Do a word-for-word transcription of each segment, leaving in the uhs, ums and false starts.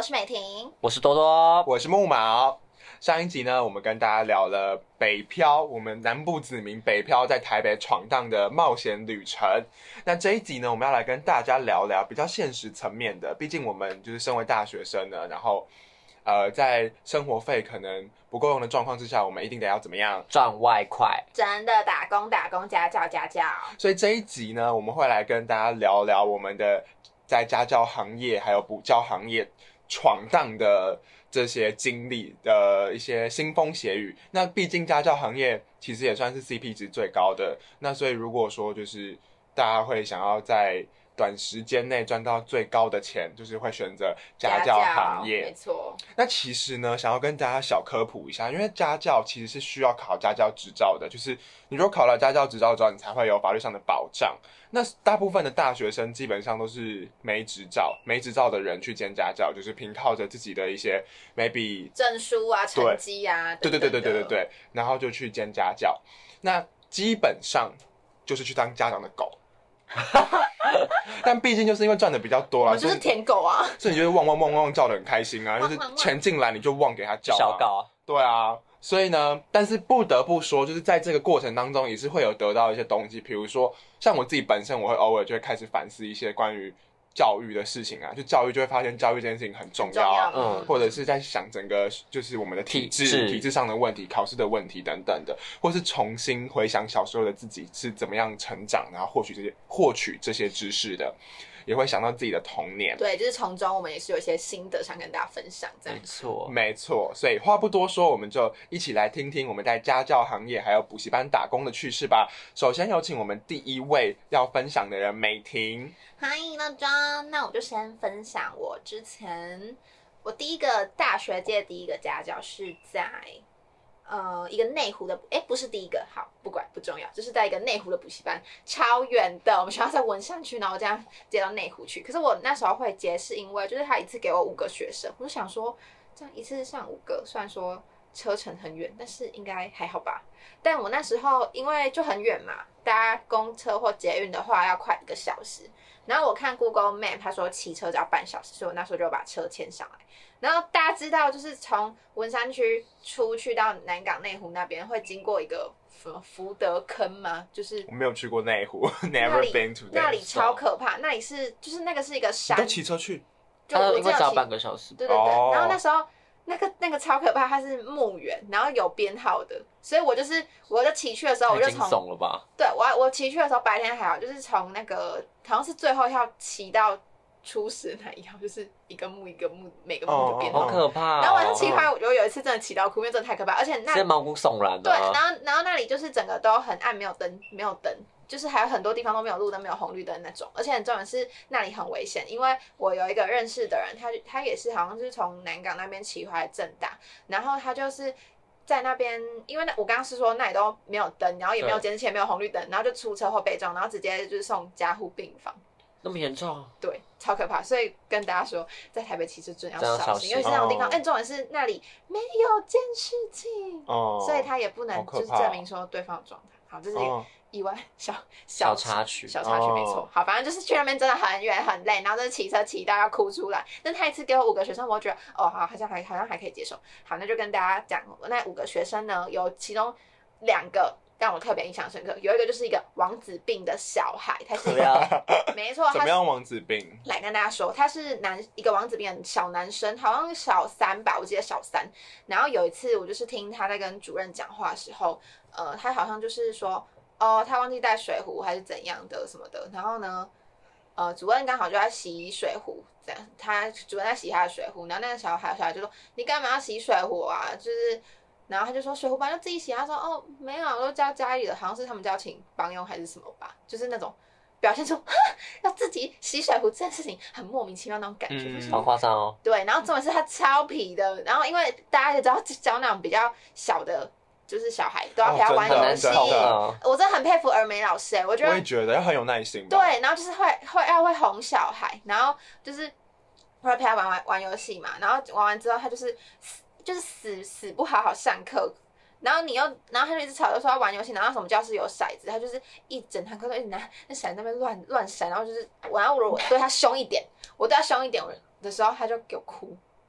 我是美婷， 我是多多， 我是木毛。上一集呢，我们跟大家聊了北漂，我们南部子民北漂在台北闯荡的冒险旅程。那这一集呢，我们要来跟大家聊聊比较现实层面的，毕竟我们就是身为大学生呢，然后呃，在生活费可能不够用的状况之下，我们一定得要怎么样赚外快， 真的打工打工家教家教。 所以这一集呢，我们会来跟大家聊聊我们的在家教行业还有补教行业闯荡的这些经历的一些腥风血雨。那毕竟家教行业其实也算是 C P 值最高的，那所以如果说就是大家会想要在短时间内赚到最高的钱，就是会选择家教行业。 没错。 那其实呢，想要跟大家小科普一下，因为家教其实是需要考家教执照的，就是你如果考了家教执照之后，你才会有法律上的保障。那大部分的大学生基本上都是没执照，没执照的人去兼家教，就是凭靠着自己的一些 maybe 证书啊、成绩啊， 对对对对对对对，然后就去兼家教。那基本上就是去当家长的狗。但毕竟就是因为赚的比较多啦， 我就是舔狗啊， 所以你就会汪汪汪汪叫的很开心啊，就是钱进来你就汪给他叫、啊， 小告啊， 对啊，所以呢，但是不得不说，就是在这个过程当中也是会有得到一些东西，比如说像我自己本身，我会偶尔就会开始反思一些关于教育的事情啊，就教育就会发现教育这件事情很重要啊， 嗯， 或者是在想整个就是我们的体制、体制, 体制上的问题、考试的问题等等的，或是重新回想小时候的自己是怎么样成长，然后获取这些获取这些知识的，也会想到自己的童年。 对，就是从中我们也是有一些心得想跟大家分享，这样。 没错， 没错。所以话不多说，我们就一起来听听我们在家教行业还有补习班打工的趣事吧。首先有请我们第一位要分享的人美婷。 嗨，大家，那我就先分享我之前我第一个大学界第一个家教是在呃一个内湖的，哎，不是第一个，好，不管不重要，就是在一个内湖的补习班，超远的，我们学校在文山区，然后我这样接到内湖去。可是我那时候会接是因为就是他一次给我五个学生，我就想说这样一次上五个，虽然说车程很远，但是应该还好吧。但我那时候因为就很远嘛，搭公车或捷运的话要快一个小时。然后我看 Google Map， 他说骑车只要半小时，所以我那时候就把车牵上来。然后大家知道，就是从文山区出去到南港内湖那边，会经过一个什么福德坑吗？就是我没有去过内湖 ，never been to that。 那里超可怕，那里是就是那个是一个山， 你都骑车去？ 就他因为只要半个小时。 对对对， 哦、 然后那时候。那个那个超可怕，它是墓园，然后有编号的，所以我就是我就骑去的时候，我就从太惊悚了吧？ 对我我骑去的时候白天还好，就是从那个好像是最后要骑到初始那一号，就是一个墓一个墓，每个墓就编号， 好可怕、哦。 然后晚上骑回来，我就有一次真的骑到哭，因为真的太可怕，而且那是毛骨悚然的、 啊。对，然后然后那里就是整个都很暗，没有灯，没有灯。就是还有很多地方都没有路灯、没有红绿灯那种，而且很重要的是那里很危险，因为我有一个认识的人，他他也是好像是从南港那边骑回来政大，然后他就是在那边，因为我刚刚是说那里都没有灯，然后也没有监视器，也没有红绿灯，然后就出车祸被撞，然后直接就是送加护病房。 那么严重？ 对，超可怕。所以跟大家说，在台北骑车真的要小心，因为是那哦种地方，哎、欸，重点是那里没有监视器， 哦， 所以他也不能就是证明说对方的状态。好，这是一个意外小小插曲， 小插曲没错。好，反正就是去那边真的很远很累，然后就是骑车骑到要哭出来。但他一次给我五个学生，我觉得哦好，好像还好像还可以接受。好，那就跟大家讲，那五个学生呢，有其中两个让我特别印象深刻，有一个就是一个王子病的小孩，他是一个没错， 怎么样王子病？ 来跟大家说，他是男一个王子病的小男生，好像小三吧，我记得小三。然后有一次我就是听他在跟主任讲话的时候，呃，他好像就是说，哦，他忘记带水壶还是怎样的什么的。然后呢，呃，主任刚好就在洗水壶，这样他主任在洗他的水壶，然后那个小孩小孩就说：“你干嘛要洗水壶啊？”就是。然后他就说水壶本来就自己洗，他说哦没有，我都叫家里的，好像是他们家请帮佣还是什么吧，就是那种表现出要自己洗水壶这件事情很莫名其妙那种感觉， 嗯，好夸张哦。 对，然后重点是他超皮的，然后因为大家也知道教那种比较小的。就是小孩都要陪他玩游戏、 哦， 我真的很佩服儿美老师哎、欸，我觉得我也觉得要很有耐心吧。 对，然后就是会会要会哄小孩，然后就是会陪他玩玩玩游戏嘛，然后玩完之后他就是就是死死不好好上课，然后你又然后他就一直吵着说要玩游戏，然后什么教室有骰子，他就是一整堂课都一直拿那骰子那边乱乱骰，然后就是然后我我对他凶一点，我对他凶一点的时候他就给我哭。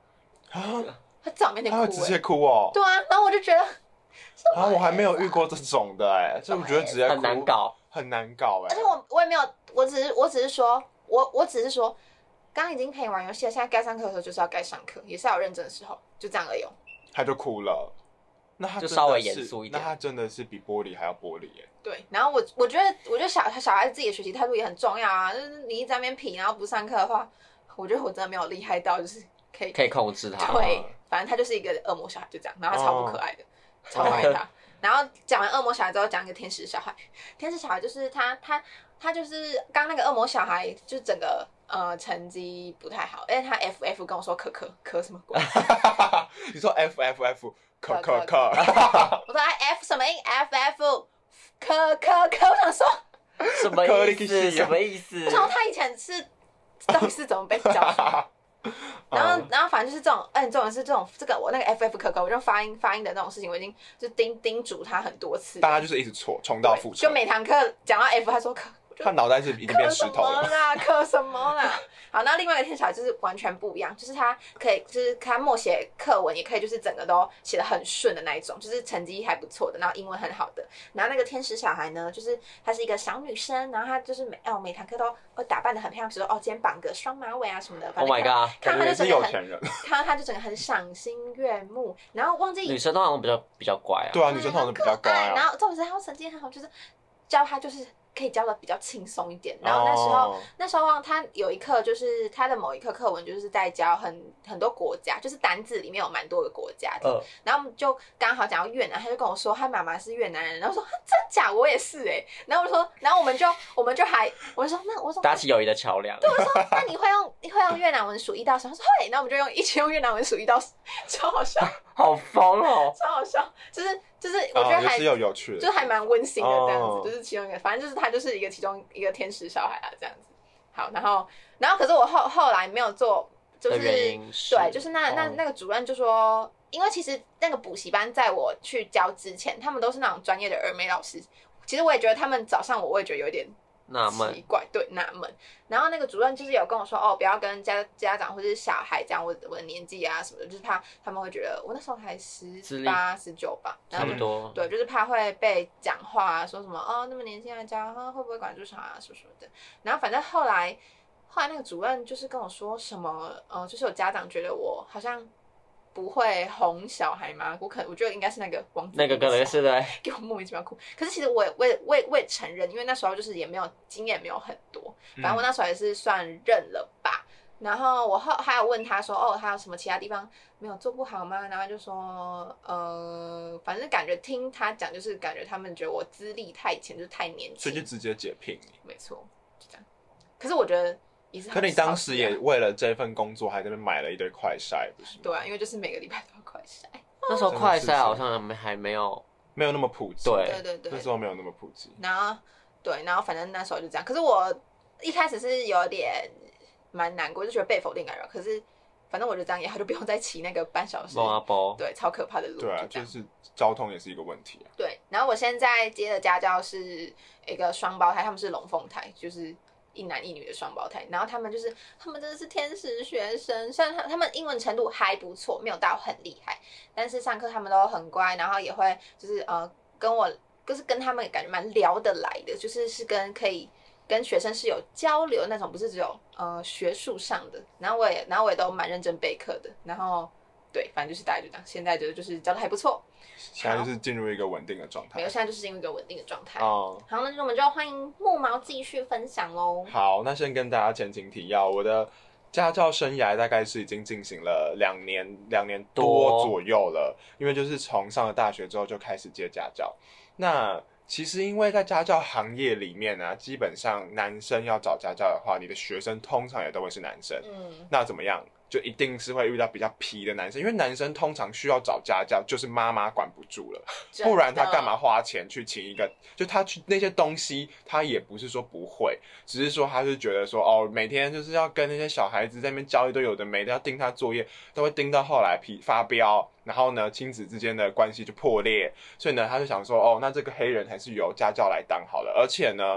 他在我面前哭、欸， 他会直接哭哦。 对啊，然后我就觉得， 啊，我还没有遇过这种的哎、欸，就我觉得直接哭很难搞， 很难搞哎、欸。 而且我我也没有，我只是我只是说，我我只是说，刚刚已经陪你玩游戏了，现在该上课的时候就是要该上课，也是要有认真的时候，就这样而已、哦。 他就哭了，那他真的就是稍微严肃一点那他真的是比玻璃还要玻璃耶。 对，然后我我觉得，我觉得小小孩子自己的学习态度也很重要啊。就是你一直在那边皮，然后不上课的话，我觉得我真的没有厉害到，就是可以可以控制他。 对，反正他就是一个恶魔小孩，就这样，然后他超不可爱的， 哦超爱他。然后讲完恶魔小孩之后，讲一个天使小孩。天使小孩就是他，他，他就是刚那个恶魔小孩，就是整个呃成绩不太好，而且他 F F 跟我说可可可什么鬼？ 你说 F F F 可可可， 我说哎 F 什么音 ？F F 可可可，我想说什么意思？什么意思？ 我想说他以前是到底是怎么被教出来？然后，然后反正就是这种，嗯，这种是这种这个我那个 F F 可可，我就发音发音的那种事情，我已经就叮叮嘱他很多次， 大家就是一直错，重蹈覆辙。 就每堂课讲到 F， 他说可， 他脑袋是已经变石头了。 可什么啦？可什么啦？好，那另外一个天使小孩就是完全不一样，就是他可以，就是他默写课文也可以，就是整个都写得很顺的那一种，就是成绩还不错的，然后英文很好的。然后那个天使小孩呢，就是她是一个小女生，然后她就是每哦每堂课都会打扮得很漂亮，比如说哦今天绑个双马尾啊什么的。 Oh my god！ 看她就整个很有钱人， 看到她就整个很赏心悦目，然后忘记女生通常比较比较乖啊。 对啊，女生通常都比较乖啊。 然后重点是她成绩很好，就是教她就是可以教的比较轻松一点。然后那时候、 哦、 那时候她有一课，就是她的某一课课文就是在教很很多国家，就是单字里面有蛮多个国家的。 嗯、 然后我们就刚好讲到越南，她就跟我说她妈妈是越南人，然后说真假我也是哎、欸，然后我说，然后我们就我们就还我就说那我说搭起友谊的桥梁。 对，我说那你会用你会用越南文数一到十？他说会，那我们就用一起用越南文数一到十，超好笑， 好疯哦， 超好笑，就是就是我觉得还、 哦、是有有趣的， 就是还蛮温馨的这样子， 哦、 就是其中一个，反正就是他就是一个其中一个天使小孩啊这样子。好，然后然后可是我后后来没有做，就是原因是对，就是那那哦那个主任就说，因为其实那个补习班在我去教之前，他们都是那种专业的儿美老师，其实我也觉得他们找上我，我也觉得有点纳闷， 奇怪，对，纳闷。然后那个主任就是有跟我说，哦，不要跟家家长或者是小孩讲我我的年纪啊什么的，就是怕他们会觉得我那时候才十八、十九吧， 差不多。 对，就是怕会被讲话啊，说什么哦那么年轻来教，啊会不会管住小孩啊什么什么的。然后反正后来后来那个主任就是跟我说什么，呃，就是有家长觉得我好像不会哄小孩吗？我可能我觉得应该是那个王子那个可能是的， 给我莫名其妙哭。可是其实我也我也我也我也承认，因为那时候就是也没有经验，没有很多，反正我那时候也是算认了吧。嗯、然后我后还有问他说，哦，还有什么其他地方没有做不好吗？然后就说，呃，反正感觉听他讲，就是感觉他们觉得我资历太浅，就是太年轻， 所以就直接解聘你。 没错，就这样。可是我觉得。 可你当时也为了这份工作，还在那边买了一堆快筛，不是吗？ 对啊，因为就是每个礼拜都要快筛。 那时候快筛好像还没有没有那么普及， 对对对对， 那时候没有那么普及。 然后对，然后反正那时候就这样。可是我一开始是有点蛮难过，就觉得被否定感染。可是反正我就这样，以后就不用再骑那个半小时，对，超可怕的路。 对啊，就是交通也是一个问题啊。 对，然后我现在接的家教是一个双胞胎，他们是龙凤胎，就是一男一女的双胞胎，然后他们就是他们真的是天使学生，虽然他他们英文程度还不错，没有到很厉害，但是上课他们都很乖，然后也会就是呃跟我就是跟他们感觉蛮聊得来的，就是是跟可以跟学生是有交流那种，不是只有呃学术上的，然后我也然后我也都蛮认真备课的，然后对，反正就是大概就这样，现在觉得就是教的还不错。 现在就是进入一个稳定的状态， 没有，现在就是进入一个稳定的状态。 哦， 好，那我们就欢迎木毛继续分享喽。 好，那先跟大家前情提要，我的家教生涯大概是已经进行了两年两年多左右了，因为就是从上了大学之后就开始接家教。那其实因为在家教行业里面呢、啊，基本上男生要找家教的话，你的学生通常也都会是男生。嗯，那怎么样？就一定是会遇到比较皮的男生，因为男生通常需要找家教，就是妈妈管不住了，不然他干嘛花钱去请一个？就他去那些东西，他也不是说不会，只是说他是觉得说哦，每天就是要跟那些小孩子在那边教一堆有的没的，要盯他作业，都会盯到后来皮发飙，然后呢，亲子之间的关系就破裂，所以呢，他就想说哦，那这个黑人还是由家教来当好了，而且呢。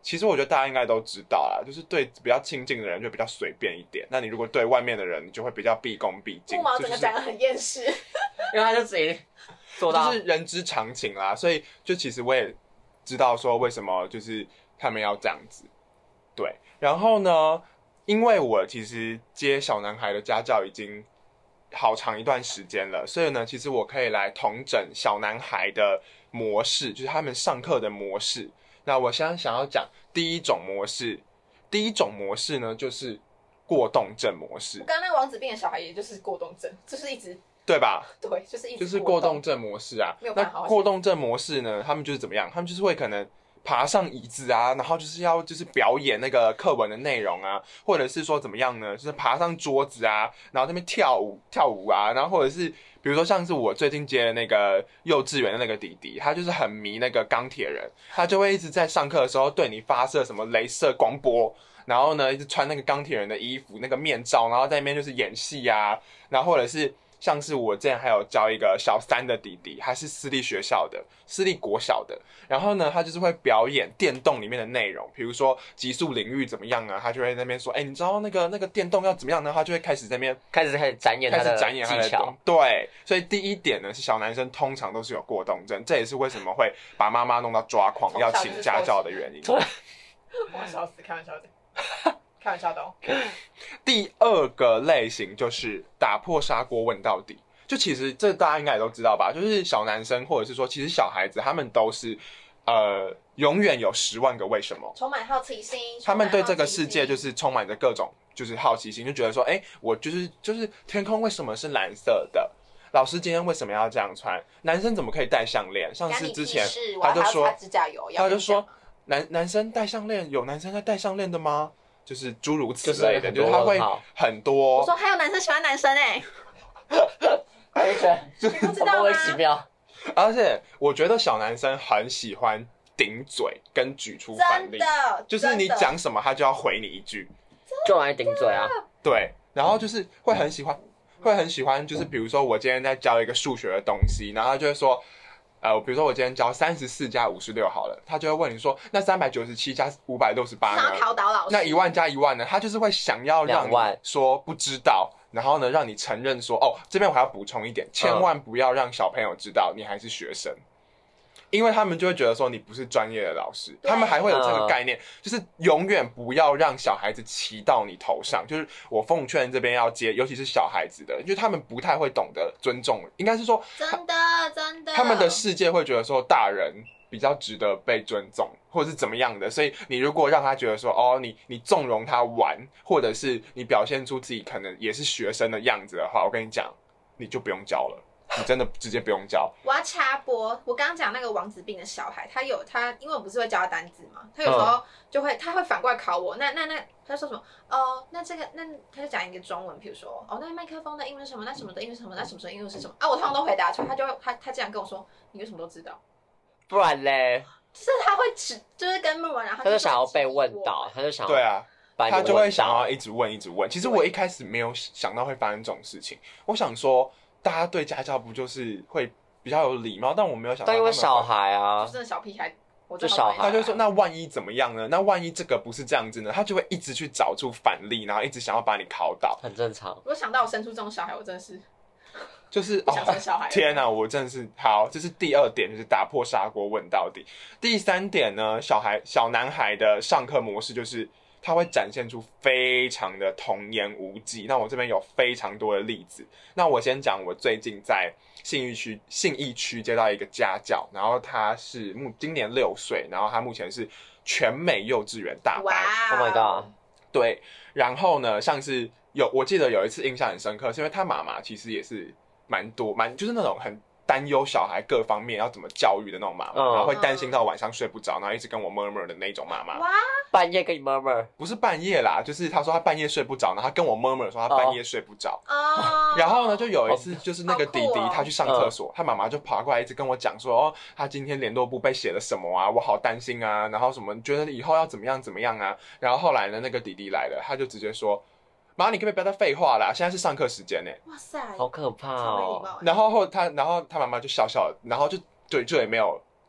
其实我觉得大家应该都知道啦，就是对比较亲近的人就比较随便一点，那你如果对外面的人，你就会比较毕恭毕敬。 木毛整个讲得很厌世， 因为他就自己做到， 就是人之常情啦。所以就其实我也知道说为什么就是他们要这样子。对，然后呢，因为我其实接小男孩的家教已经好长一段时间了，所以呢，其实我可以来统整小男孩的模式，就是他们上课的模式。那我现在想要讲第一种模式，第一种模式呢就是过动症模式。 刚刚那个王子病的小孩也就是过动症，就是一直对吧？ 对，就是一直就是过动症模式啊。 没有办法好好那过动症模式呢，他们就是怎么样？他们就是会可能爬上椅子啊，然后就是要就是表演那个课文的内容啊，或者是说怎么样呢？就是爬上桌子啊，然后那边跳舞跳舞啊，然后或者是比如说像是我最近接的那个幼稚园的那个弟弟，他就是很迷那个钢铁人，他就会一直在上课的时候对你发射什么雷射光波，然后呢一直穿那个钢铁人的衣服那个面罩，然后在那边就是演戏啊，然后或者是像是我之前还有教一个小三的弟弟，他是私立学校的，私立国小的，然后呢，他就是会表演电动里面的内容，比如说极速领域怎么样啊，他就会在那边说，哎、欸，你知道那个那个电动要怎么样呢？他就会开始在那边开始开始展演他的开始展演他的技巧。 对，所以第一点呢是小男生通常都是有过动症，这也是为什么会把妈妈弄到抓狂要请家教的原因。 我笑死，开玩笑的。开玩笑的哦。 第二个类型就是打破砂锅问到底，就其实这大家应该也都知道吧，就是小男生或者是说其实小孩子他们都是呃永远有十万个为什么， 充满好奇心， 他们对这个世界就是充满着各种就是好奇心，就觉得说，哎、欸，我就是就是天空为什么是蓝色的？老师今天为什么要这样穿？男生怎么可以戴项链？像是之前他就说，他就说男男生戴项链，有男生在戴项链的吗？就是诸如此类的，就是他会很多。 我说还有男生喜欢男生哎、 欸， 你不知道吗？ 莫名其妙。 而且我觉得小男生很喜欢顶嘴跟举出反例， 真的， 就是你讲什么他就要回你一句， 就来顶嘴啊。 对，然后就是会很喜欢，会很喜欢，就是比如说我今天在教一个数学的东西，然后他就会说。呃，比如说我今天教三十四加五十六好了，他就会问你说，那三百九十七加五百六十八呢？ 考倒老师。 那一万加一万呢？他就是会想要让你说不知道，然后呢，让你承认说，哦，这边我还要补充一点，千万不要让小朋友知道你还是学生。因为他们就会觉得说你不是专业的老师，他们还会有这个概念，就是永远不要让小孩子骑到你头上。就是我奉劝这边要接，尤其是小孩子的，因为他们不太会懂得尊重，应该是说真的真的， 他们的世界会觉得说大人比较值得被尊重，或者是怎么样的。所以你如果让他觉得说哦，你你纵容他玩，或者是你表现出自己可能也是学生的样子的话，我跟你讲，你就不用教了。你真的直接不用教。 我要插播，我刚刚讲那个王子病的小孩，他有他，因为我不是会教他单字嘛，他有时候就会，他会反过来考我。那那那，他说什么？哦，那这个，那他就讲一个中文，比如说，哦，那麦克风的英文是什么？那什么的英文是什么？那什么的英文是什么？啊，我通常都回答出来，他就会，他他这样跟我说，你为什么都知道？ 不然嘞？ 就是他会只就是跟论文，然后他就想要被问到，他就想对啊。他就会想要一直问，一直问。其实我一开始没有想到会发生这种事情，我想说。大家对家教不就是会比较有礼貌，但我没有想到。 但因为小孩啊， 就是小屁孩，我就小孩、啊， 他就说那万一怎么样呢？那万一这个不是这样子呢？他就会一直去找出反例，然后一直想要把你考倒， 很正常。 我想到我生出这种小孩，我真的是就是不想生小孩、 哦。天哪、啊，我真的是好。这是第二点，就是打破砂锅问到底。第三点呢，小孩小男孩的上课模式就是。他会展现出非常的童言无忌，那我这边有非常多的例子。那我先讲我最近在信义区信义区接到一个家教，然后他是目今年六岁，然后他目前是全美幼稚园大班。 Oh my god！ 对，然后呢，像是有我记得有一次印象很深刻，是因为他妈妈其实也是蛮多蛮就是那种很。担忧小孩各方面要怎么教育的那种妈妈，嗯、然后会担心到晚上睡不着，然后一直跟我 murmur 的那种妈妈。 哇！ 半夜跟你 murmur？ 不是半夜啦，就是他说他半夜睡不着，然后他跟我 murmur 说他半夜睡不着。 哦。 然后呢，就有一次就是那个弟弟他去上厕所， 哦、 他妈妈就跑过来一直跟我讲说，哦，他今天联络簿被写了什么啊，我好担心啊，然后什么觉得以后要怎么样怎么样啊。然后后来呢，那个弟弟来了，他就直接说。妈，你可不可以不要再废话啦？现在是上课时间呢。 哇塞， 好可怕哦！ 然后后他，然后他妈妈就笑笑，然后就对，就也没有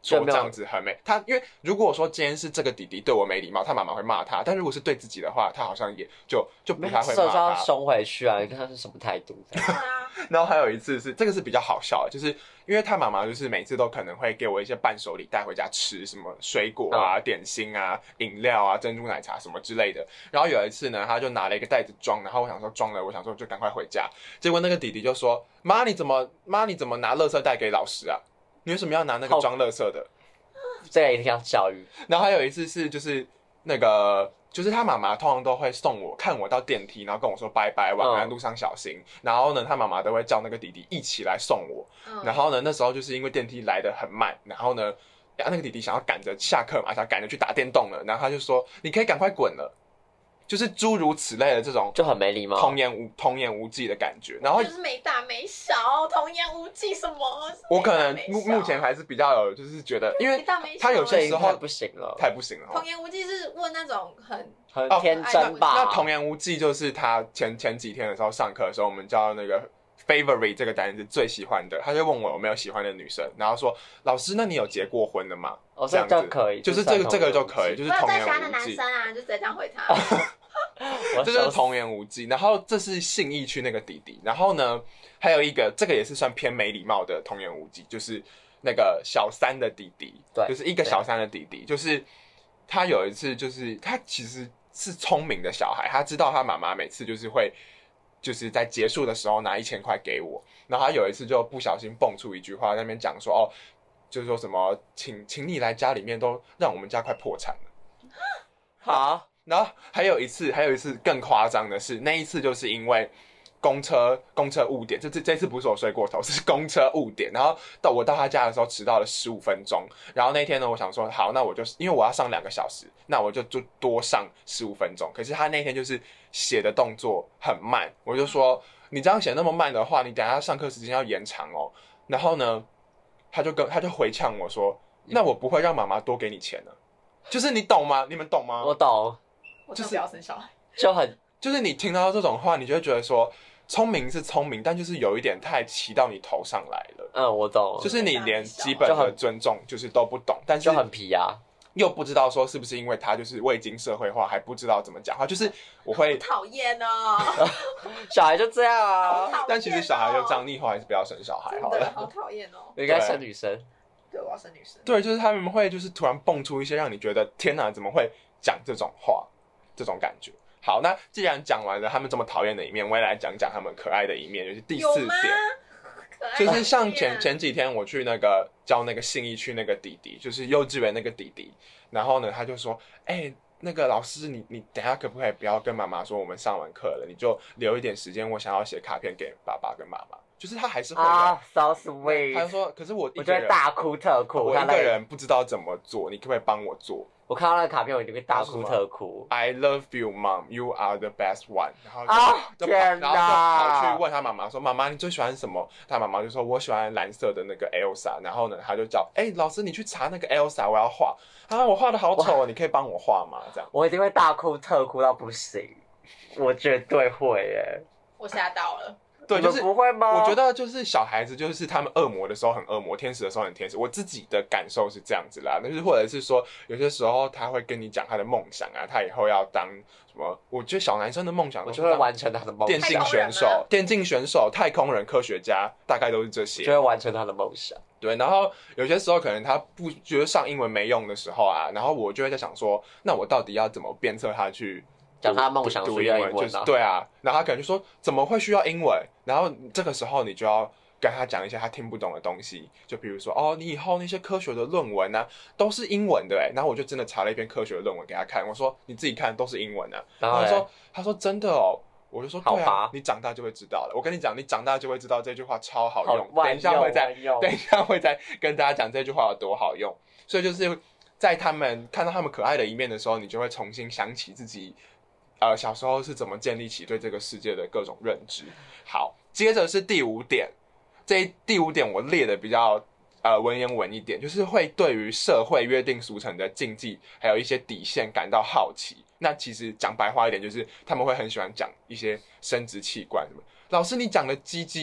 说这样子很美。他因为如果说今天是这个弟弟对我没礼貌，他妈妈会骂他；但如果是对自己的话，他好像也就就不太会骂他。 要送回去啊！你看他是什么态度？ 然后还有一次是这个是比较好笑的，就是因为他妈妈就是每次都可能会给我一些伴手礼带回家吃，什么水果啊、嗯、点心啊、饮料啊、珍珠奶茶什么之类的。然后有一次呢，他就拿了一个袋子装，然后我想说装了，我想说就赶快回家。结果那个弟弟就说：“妈，你怎么妈你怎么拿垃圾袋给老师啊？你为什么要拿那个装垃圾的？” 这个一定要教育。 然后还有一次是就是那个。就是他妈妈通常都会送我看我到电梯，然后跟我说拜拜，晚安，路上小心。嗯、然后呢，他妈妈都会叫那个弟弟一起来送我。嗯、然后呢，那时候就是因为电梯来得很慢，然后呢，那个弟弟想要赶着下课嘛，想赶着去打电动了，然后他就说：“你可以赶快滚了。”就是诸如此类的这种就很没礼貌， 童言无童言无忌的感觉。然后就是没大没小，童言无忌什么？ 我可能目目前还是比较有，就是觉得，因为他有些时候太不行了， 太不行了。 童言无忌是问那种很很天真吧？ 那童言无忌就是他前前几天的时候上课的时候，我们教那个 favorite 这个单词最喜欢的，他就问我有没有喜欢的女生，然后说老师，那你有结过婚的吗？ 哦，这样子可以， 就是这个这个就可以，就是童言无忌。 我有最喜欢的男生啊，就直接这样回他。 这就是童言无忌。然后这是信义区那个弟弟，然后呢还有一个这个也是算偏没礼貌的童言无忌，就是那个小三的弟弟，对，就是一个小三的弟弟，就是他有一次就是他其实是聪明的小孩，他知道他妈妈每次就是会就是在结束的时候拿一千块给我，然后他有一次就不小心蹦出一句话，在那边讲说哦，就是说什么请请你来家里面都让我们家快破产了。 好。 然后还有一次，还有一次更夸张的是，那一次就是因为公车公车误点，这这这次不是我睡过头，是公车误点。然后到我到他家的时候迟到了十五分钟。然后那天呢，我想说好，那我就因为我要上两个小时，那我就就多上十五分钟。可是他那天就是写的动作很慢，我就说你这样写那么慢的话，你等一下上课时间要延长哦。然后呢，他就跟他就回呛我说，那我不会让妈妈多给你钱了。就是你懂吗？你们懂吗？ 我懂。 就是不要生小孩， 就很就是你听到这种话，你就会觉得说，聪明是聪明，但就是有一点太骑到你头上来了。 嗯，我懂， 就是你连基本的尊重就是都不懂，但是就很皮啊， 又不知道说是不是因为他就是未经社会化，还不知道怎么讲话。就是我会讨厌哦， 小孩就这样啊。 哦、 但其实小孩就这样，你以后还是不要生小孩好了。 好讨厌哦， 你应该生女生。 对，我要生女生。 对，就是他们会就是突然蹦出一些让你觉得天哪，怎么会讲这种话？这种感觉。好，那既然讲完了他们这么讨厌的一面，我也来讲讲他们可爱的一面，就是第四点，就是像前前几天我去那个教那个信义区那个弟弟，就是幼稚园那个弟弟，然后呢他就说，哎、欸，那个老师你你等一下可不可以不要跟妈妈说我们上完课了，你就留一点时间，我想要写卡片给爸爸跟妈妈。就是他还是会啊、oh, ，so sweet。 他就说，可是我我就会大哭特哭， 我一个人不知道怎么做，你可不可以帮我做？ 我看到那个卡片，我一定会大哭特哭。 I love you, mom. You are the best one. 然后就、 oh, 就然后就跑去问他妈妈说：“妈妈，你最喜欢什么？”他妈妈就说：“我喜欢蓝色的那个 Elsa。”然后呢，他就叫：“哎、欸，老师，你去查那个 Elsa， 我要画。啊，我画的好丑哦，你可以帮我画吗？”这样， 我一定会大哭特哭到不行，我绝对会耶！ 我吓到了。 对，就是不会吗？ 我觉得就是小孩子，就是他们恶魔的时候很恶魔，天使的时候很天使。我自己的感受是这样子啦，就是或者是说，有些时候他会跟你讲他的梦想啊，他以后要当什么？我觉得小男生的梦想， 我就会完成他的梦想。 电竞选手、电竞选手、太空人、科学家，大概都是这些。 就会完成他的梦想。 对，然后有些时候可能他不觉得上英文没用的时候啊，然后我就会在想说，那我到底要怎么鞭策他去？ 讲他梦想读英文，就是对啊，然后他可能就说怎么会需要英文？然后这个时候你就要跟他讲一些他听不懂的东西，就比如说哦，你以后那些科学的论文啊都是英文的哎，然后我就真的查了一篇科学的论文给他看，我说你自己看都是英文啊，然后他说他说真的哦，我就说对啊，你长大就会知道了。我跟你讲，你长大就会知道这句话超好用， 好等一下会再等一下会再跟大家讲这句话有多好用，所以就是在他们看到他们可爱的一面的时候，你就会重新想起自己。呃，小时候是怎么建立起对这个世界的各种认知？好，接着是第五点，这第五点我列的比较呃文言文一点，就是会对于社会约定俗成的禁忌，还有一些底线感到好奇。那其实讲白话一点，就是他们会很喜欢讲一些生殖器官什么。老师，你讲的鸡鸡耶，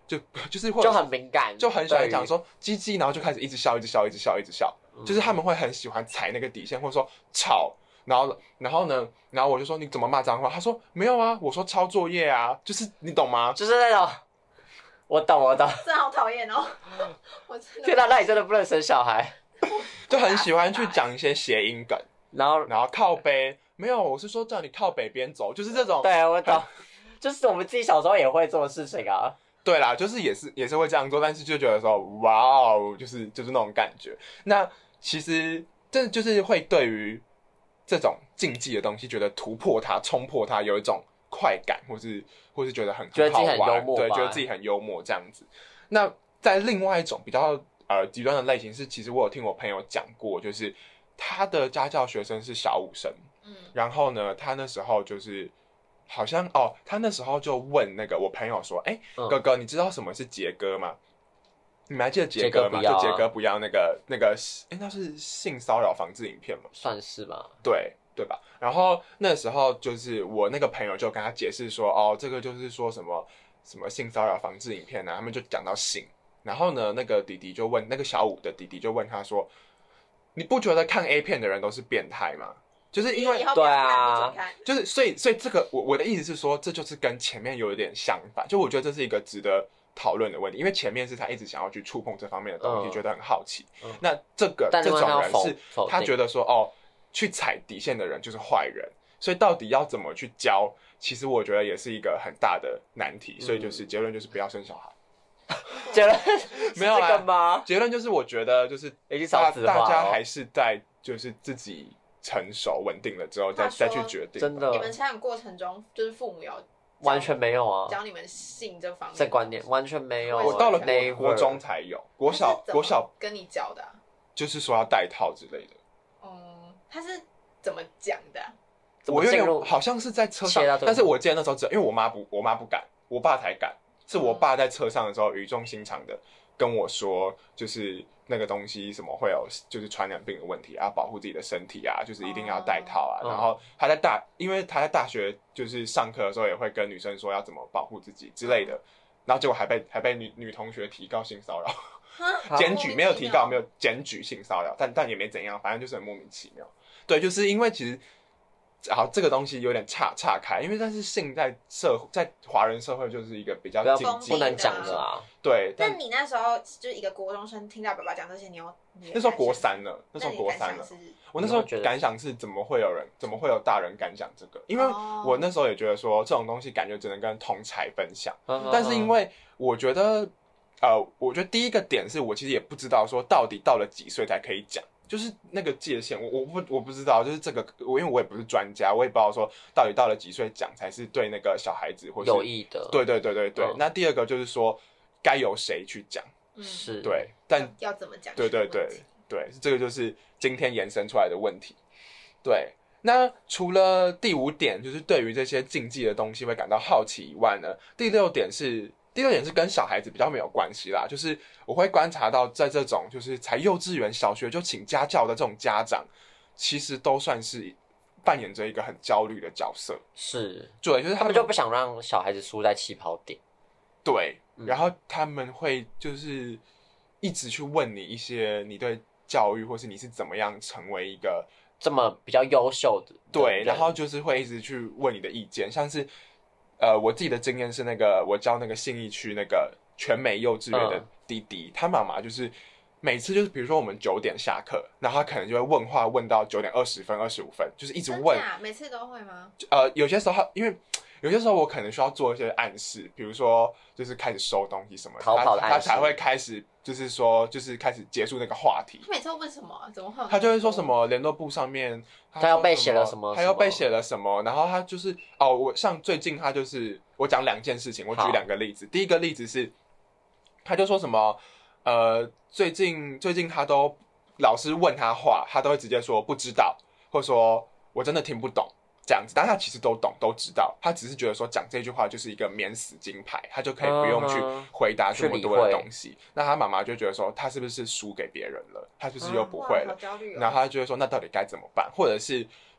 就就是会就很敏感， 就很喜欢讲说鸡鸡，然后就开始一直笑，一直笑，一直笑，一直笑， 嗯、 就是他们会很喜欢踩那个底线，或者说吵。然后，然后呢？然后我就说你怎么骂脏话？他说没有啊，我说抄作业啊，就是你懂吗？ 就是那种，我懂我懂， 真的好讨厌哦！我真的天哪，那你真的不能生小孩， 就很喜欢去讲一些谐音梗， 然后然后靠背，没有，我是说叫你靠北边走，就是这种。 对，我懂，就是我们自己小时候也会做的事情啊。 对啦，就是也是也是会这样做，但是就觉得说哇哦，就是就是那种感觉。那其实这就是会对于这种竞技的东西，觉得突破它、冲破它，有一种快感，或是或是觉得很觉得自己很好玩， 很幽默吧对，觉得自己很幽默这样子。那在另外一种比较呃极端的类型是，其实我有听我朋友讲过，就是他的家教学生是小五生， 嗯， 然后呢，他那时候就是好像哦，他那时候就问那个我朋友说，哎、 嗯哥哥，你知道什么是杰哥吗？你们还记得杰哥吗？ 杰哥不要啊就杰哥不要那个那个，哎，那是性骚扰防治影片吗？ 算是吧。 对对吧？然后那时候就是我那个朋友就跟他解释说，哦，这个就是说什么什么性骚扰防治影片啊，他们就讲到性。然后呢，那个弟弟就问那个小五的弟弟就问他说，你不觉得看 A 片的人都是变态吗？就是因为以后不要对啊看不准看就是所以所以这个我我的意思是说，这就是跟前面有一点相反，就我觉得这是一个值得讨论的问题，因为前面是他一直想要去触碰这方面的东西， 嗯觉得很好奇。 嗯那这个但这种另外他要否人是否定他觉得说哦，去踩底线的人就是坏人，所以到底要怎么去教，其实我觉得也是一个很大的难题。所以就是结论就是不要生小孩。 结论没有啦是这个吗？ 结论就是我觉得就是已经大少子化了大家还是在就是自己成熟稳定了之后再他说再去决定。 真的你们成长过程中，就是父母有完全没有啊， 教你们性这方面这观念完全没有。 我我到了 Never 国国中才有，国小他是怎么国小跟你教的啊、 就是说要戴套之类的。 嗯，他是怎么讲的啊、 我有怎么进入点好像是在车上切到这，个但是我记得那时候只因为我妈不，我妈不敢，我爸才敢。是我爸在车上的时候语重心长的跟我说，就是那个东西什么会有就是传染病的问题，要保护自己的身体啊，就是一定要戴套啊。 哦然后他在大，因为他在大学就是上课的时候也会跟女生说要怎么保护自己之类的，然后结果还被还被女女同学提告性骚扰。 哈检举没有提告，没有。 有检举性骚扰，但但也没怎样，反正就是很莫名其妙。对，就是因为其实，好这个东西有点岔岔开，因为但是性在社在华人社会就是一个比较不要禁忌不能讲的啊。 对，但但你那时候就是一个国中生，听到爸爸讲这些，你有你的那时候国感想三了，那时候那你的国三了。 感想是我那时候你会觉得感想是，怎么会有人，怎么会有大人敢讲这个？因为哦我那时候也觉得说，这种东西感觉只能跟同才分享。 嗯但是因为我觉得，呃，我觉得第一个点是我其实也不知道说到底到了几岁才可以讲，就是那个界限，我我不我不知道，就是这个我因为我也不是专家，我也不知道说到底到了几岁讲才是对那个小孩子或是有益的， 对对对对对。 嗯那第二个就是说该由谁去讲， 嗯是， 对，但要怎么讲？ 对对对对，这个就是今天延伸出来的问题。对，那除了第五点，就是对于这些禁忌的东西会感到好奇以外呢，第六点是第六点是跟小孩子比较没有关系啦，就是我会观察到，在这种就是才幼稚园、小学就请家教的这种家长，其实都算是扮演着一个很焦虑的角色。 是， 对，就是他们他们就不想让小孩子输在起跑点。 对， 嗯然后他们会就是一直去问你一些你对教育，或是你是怎么样成为一个这么比较优秀的， 对， 人然后就是会一直去问你的意见，像是呃，我自己的经验是那个我教那个信义区那个全美幼稚园的弟弟，他妈妈就是每次就是比如说我们九点下课，然后他可能就会问话问到九点二十分、二十五分，就是一直问。 真假每次都会吗？ 呃，有些时候他因为有些时候我可能需要做一些暗示，比如说就是开始收东西什么的， 逃跑的他暗示他才会开始就是说就是开始结束那个话题。 他每次都问什么啊？怎么会有？ 他就会说什？么联络簿上面他要被说写了什么他要被写了什么，然后他就是哦，我像最近他就是我讲两件事情，我举好两个例子。第一个例子是，他就说什么呃，最近最近他都老师问他话，他都会直接说不知道，或者说我真的听不懂。这样子，但他其实都懂，都知道，他只是觉得说讲这句话就是一个免死金牌，他就可以不用去回答这么多的东西。那他妈妈就觉得说，他是不是输给别人了？他是不是又不会了？ 哇好焦虑哦。 然后他就会说，那到底该怎么办？或者是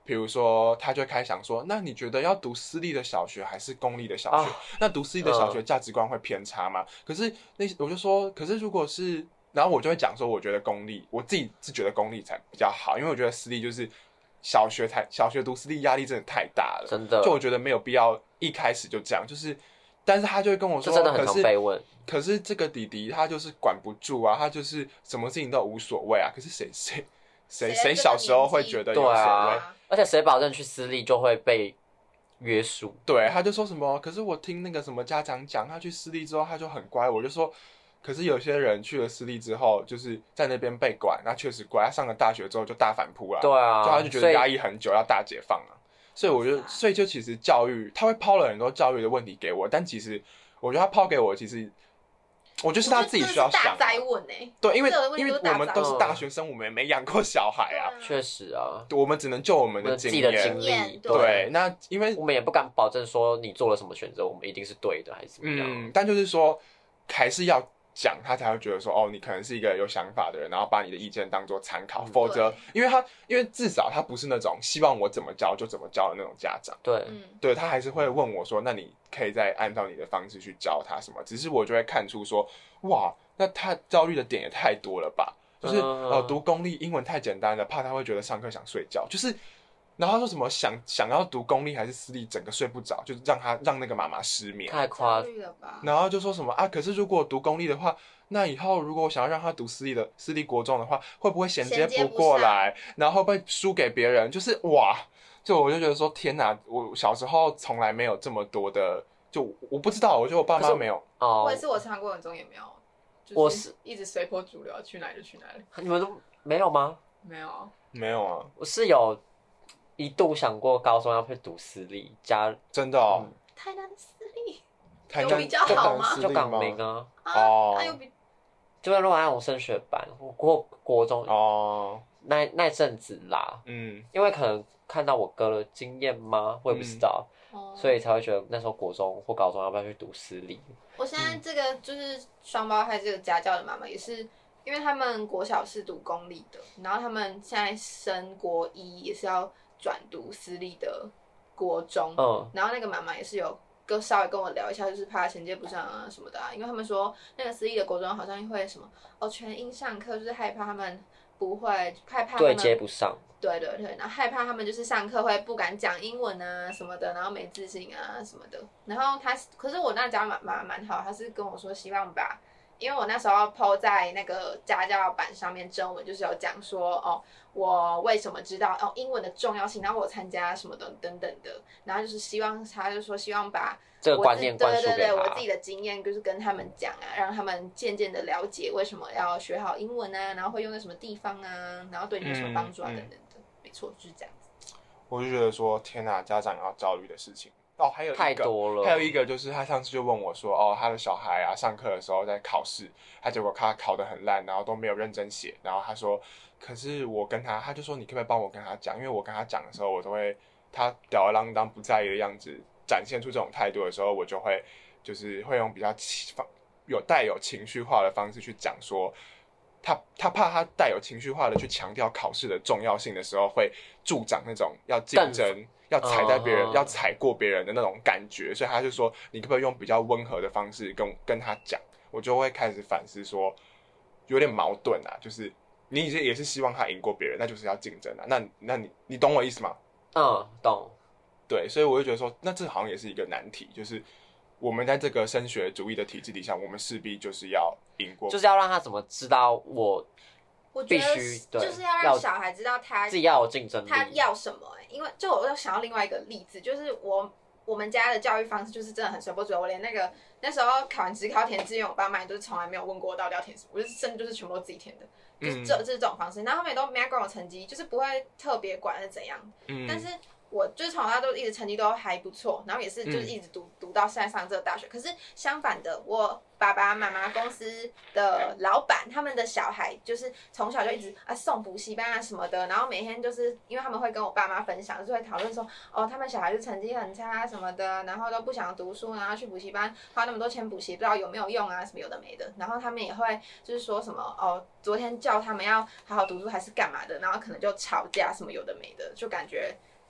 比如说他就会开始想说，那你觉得要读私立的小学还是公立的小学？啊、那读私立的小学价值观会偏差吗？嗯、可是那我就说，可是如果是，然后我就会讲说，我觉得公立，我自己是觉得公立才比较好，因为我觉得私立就是小学才小学读私立压力真的太大了， 真的， 就我觉得没有必要一开始就这样，就是。但是他就会跟我说， 真的很常被问。 可是这个弟弟他就是管不住啊，他就是什么事情都无所谓啊。可是谁谁谁谁小时候会觉得有所谓？ 啊、而且谁保证去私立就会被约束？ 对，他就说什么？可是我听那个什么家长讲，他去私立之后他就很乖。我就说，可是有些人去了私立之后，就是在那边被管，那确实乖。他上了大学之后就大反扑了， 对啊， 就他就觉得压抑很久，要大解放了。所以我就，所以就其实教育，他会抛了很多教育的问题给我，但其实我觉得他抛给我，其实我觉得是他自己需要想。 大哉问哎， 对，因为因为我们都是大学生，我们也没养过小孩啊。 确实啊， 我们只能就我们的经验、 经历。 对，对那因为我们也不敢保证说你做了什么选择，我们一定是对的还是怎么样。 嗯，但就是说，还是要。讲他才会觉得说哦，你可能是一个有想法的人，然后把你的意见当做参考，嗯、否则，因为他因为至少他不是那种希望我怎么教就怎么教的那种家长， 对， 对他还是会问我说，那你可以再按照你的方式去教他什么？只是我就会看出说，哇，那他焦虑的点也太多了吧？就是呃、嗯，读公立英文太简单了，怕他会觉得上课想睡觉，就是。然后他说什么想想要读公立还是私立，整个睡不着，就是让他让那个妈妈失眠， 太夸张了吧？ 然后就说什么啊？可是如果读公立的话，那以后如果我想要让他读私立的私立国中的话，会不会衔接不过来？然后会不会输给别人？就是哇，就我就觉得说天哪！我小时候从来没有这么多的，就我不知道，我觉得我爸妈没有。 哦，我也是，我成长过程中也没有， 我是一直随波逐流，去哪里就去哪里。 你们都没有吗？ 没有啊， 没有啊， 我是有。一度想过高中要去读私立，加真的哦， 嗯、台南的私立有比较好吗？ 就港明啊， 哦， 啊有比， 就是如果按我升学班，我过国中哦， 那那阵子啦， 嗯， 因为可能看到我哥的经验吗，我也不知道，嗯、所以才会觉得那时候国中或高中要不要去读私立。 我现在这个就是双胞胎这个家教的妈妈也是。因为他们国小是读公立的，然后他们现在升国一也是要转读私立的国中，嗯，然后那个妈妈也是有跟稍微跟我聊一下，就是怕衔接不上啊什么的啊，因为他们说那个私立的国中好像会什么哦全英上课，就是害怕他们不会害怕他们对接不上， 对对对，然后害怕他们就是上课会不敢讲英文啊什么的，然后没自信啊什么的，然后他可是我那家蛮蛮蛮好，他是跟我说希望把。因为我那时候 po 在那个家教版上面征文，就是有讲说哦，我为什么知道哦英文的重要性，然后我参加什么的等等的，然后就是希望他就说希望把这个观念灌输给他， 对对对，我自己的经验就是跟他们讲啊，让他们渐渐的了解为什么要学好英文啊，然后会用在什么地方啊，然后对你有什么帮助啊、嗯、等等的，没错，就是这样子。 我就觉得说天哪，家长要焦虑的事情。哦，还有一个， 太多了。 还有一个就是他上次就问我说，哦，他的小孩啊，上课的时候在考试，他结果他考得很烂，然后都没有认真写，然后他说，可是我跟他，他就说你可不可以帮我跟他讲，因为我跟他讲的时候，我都会他吊儿郎当不在意的样子，展现出这种态度的时候，我就会就是会用比较有带有情绪化的方式去讲说。他他怕他带有情绪化的去强调考试的重要性的时候，会助长那种要竞争、要踩在别人、uh, 要踩过别人的那种感觉，所以他就说，你可不可以用比较温和的方式跟跟他讲？我就会开始反思说，有点矛盾啊，就是你也是希望他赢过别人，那就是要竞争啊。那那你你懂我意思吗？ 嗯，懂。 对，所以我就觉得说，那这好像也是一个难题，就是我们在这个升学主义的体制底下，我们势必就是要赢过， 就是要让他怎么知道我必须， 我觉得就是要让小孩知道他自己要有竞争力， 他要什么、欸。因为就我又想到另外一个例子，就是我我们家的教育方式就是真的很随波逐流，我连那个那时候考完职考填志愿，我爸妈也都是从来没有问过我到底要填什么，我就是甚至就是全部都自己填的，就是这、嗯、就是这种方式。然后他们也都没来管我成绩，就是不会特别管是怎样，嗯、但是。我就是从小到大一直成绩都还不错，然后也是就是一直读、嗯、读到现在上这个大学。可是相反的，我爸爸妈妈公司的老板他们的小孩就是从小就一直啊送补习班啊什么的，然后每天就是因为他们会跟我爸妈分享，就是会讨论说哦他们小孩就成绩很差什么的，然后都不想读书，然后去补习班花那么多钱补习不知道有没有用啊什么有的没的，然后他们也会就是说什么哦昨天叫他们要好好读书还是干嘛的，然后可能就吵架什么有的没的，就感觉。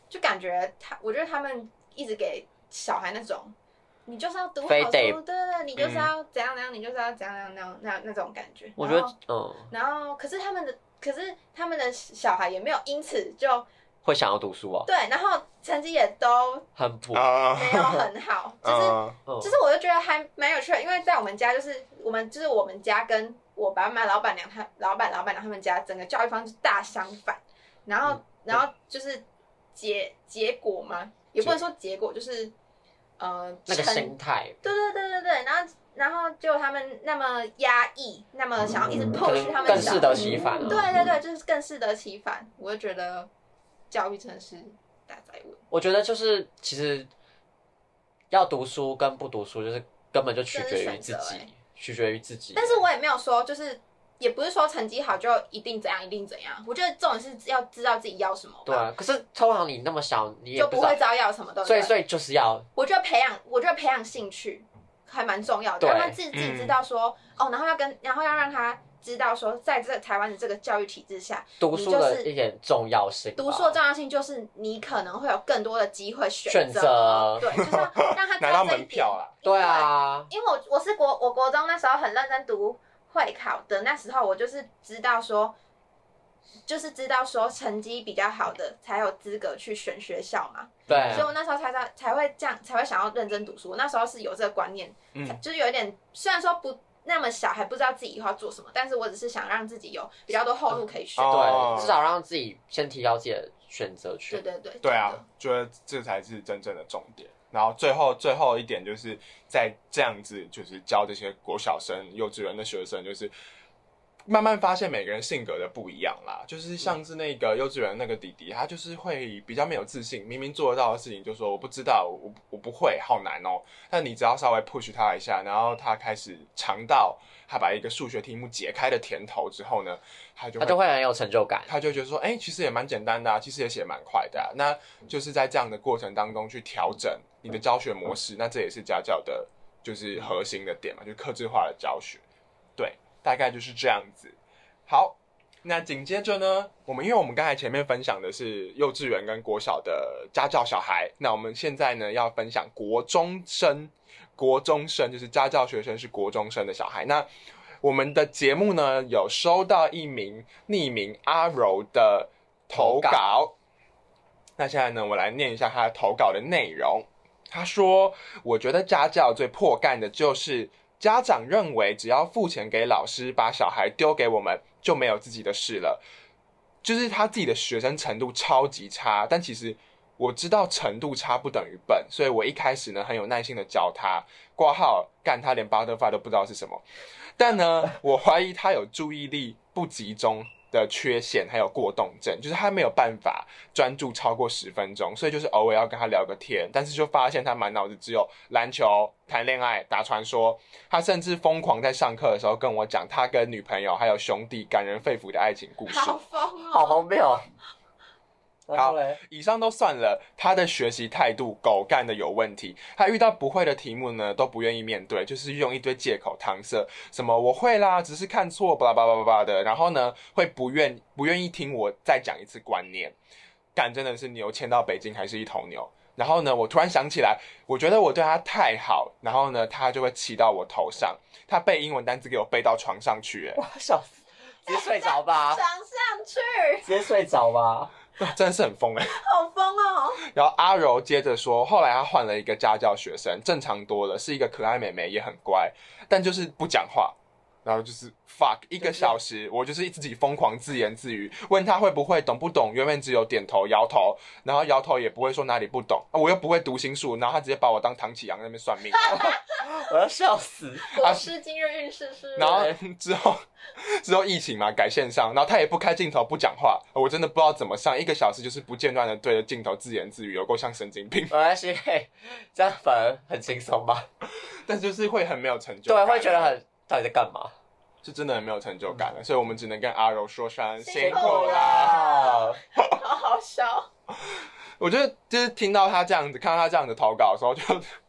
就感觉他，我觉得他们一直给小孩那种，你就是要读好书， 非得对对对，你就是要怎样怎样，你就是要怎样怎样那样那那种感觉。 我觉得，嗯， 然后可是他们的，可是他们的小孩也没有因此就会想要读书哦。 对，然后成绩也都很普， 没有很好，就是、 嗯、 就是我就觉得还蛮有趣的，因为在我们家就是我们就是我们家跟我爸妈、老板娘他老板老板娘他们家整个教育方式大相反，然后、嗯、然后就是结结果嘛，也不能说结果，就是呃那个心态， 对对对对对，然后然后结果他们那么压抑，那么想要一直 push 他们， 更适得其反、啊。 对对对，就是更适得其反，我就觉得教育真的是大灾问。 我觉得就是其实要读书跟不读书，就是根本就取决于自己，欸、取决于自己。 但是我也没有说，就是也不是说成绩好就一定怎样，一定怎样。我觉得重点是要知道自己要什么。 对啊，可是通常你那么小，你也就不会知道要什么，对不对？ 所以所以就是要， 我觉得培养，我觉得培养兴趣还蛮重要的，让他自己自己知道说、嗯、哦，然后要跟，然后要让他知道说，在这个台湾的这个教育体制下， 读书的一点重要性。 读书的重要性就是你可能会有更多的机会选择， 对，就是要让他拿到门票啦。 对啊， 因为我我是国我国中那时候很认真读会考的，那时候我就是知道说，就是知道说成绩比较好的才有资格去选学校嘛。 对、啊， 所以我那时候才才才会这样，才会想要认真读书。我那时候是有这个观念，嗯，就是有一点，虽然说不那么小，还不知道自己以后要做什么，但是我只是想让自己有比较多后路可以选。 对，至少让自己先提高自己的选择权。 对对对， 对啊，觉得这才是真正的重点。然后最后最后一点就是在这样子，就是教这些国小生、幼稚园的学生，就是慢慢发现每个人性格的不一样啦。就是像是那个幼稚园那个弟弟，他就是会比较没有自信，明明做得到的事情就说我不知道，我我不会，好难哦。但你只要稍微 push 他一下，然后他开始尝到他把一个数学题目解开的甜头之后呢，他就会他就会很有成就感， 他就觉得说，哎、欸，其实也蛮简单的啊，其实也写蛮快的啊。那就是在这样的过程当中去调整你的教学模式，那这也是家教的，就是核心的点嘛，就是客制化的教学。对，大概就是这样子。好，那紧接着呢，我们因为我们刚才前面分享的是幼稚园跟国小的家教小孩，那我们现在呢要分享国中生，国中生就是家教学生是国中生的小孩。那我们的节目呢有收到一名匿名阿柔的投稿，投稿那现在呢我来念一下他投稿的内容。他说，我觉得家教最破干的就是家长认为只要付钱给老师，把小孩丢给我们就没有自己的事了，就是他自己的学生程度超级差，但其实我知道程度差不等于笨，所以我一开始呢很有耐心的教他，挂号干他连 butterfly 都不知道是什么，但呢我怀疑他有注意力不集中的缺陷，还有过动症，就是他没有办法专注超过十分钟，所以就是偶尔要跟他聊个天，但是就发现他满脑子只有篮球、谈恋爱、打传说。他甚至疯狂在上课的时候跟我讲他跟女朋友还有兄弟感人肺腑的爱情故事， 好疯哦， 好荒谬。 好，以上都算了，他的学习态度狗干的有问题，他遇到不会的题目呢都不愿意面对，就是用一堆借口搪塞，什么我会啦，只是看错，巴拉巴拉巴拉的，然后呢会不愿不愿意听我再讲一次观念，干真的是牛牵到北京还是一头牛。然后呢我突然想起来，我觉得我对他太好，然后呢他就会骑到我头上，他背英文单词给我背到床上去， 哇，笑死，直接睡着吧， 床上去， 直接睡着吧。 真的是很疯哎、欸， 好疯哦！ 然后阿柔接着说，后来他换了一个家教学生，正常多了，是一个可爱妹妹，也很乖，但就是不讲话，然后就是 fuck 一个小时，我就是自己疯狂自言自语，问他会不会懂不懂，永远只有点头摇头，然后摇头也不会说哪里不懂，我又不会读心术，然后他直接把我当唐启阳在那边算命， 我要笑死。 国师今日运势是， 然后之后之后疫情嘛改线上，然后他也不开镜头不讲话，我真的不知道怎么上一个小时，就是不间断的对着镜头自言自语，有够像神经病。 没关系，这样反而很轻松吧？ 但就是会很没有成就感， 对，会觉得很到底在干嘛？ 是真的很没有成就感了，所以我们只能跟阿柔说声辛苦啦。 好好笑。 我觉得就是听到他这样子，看到他这样的投稿的时候，就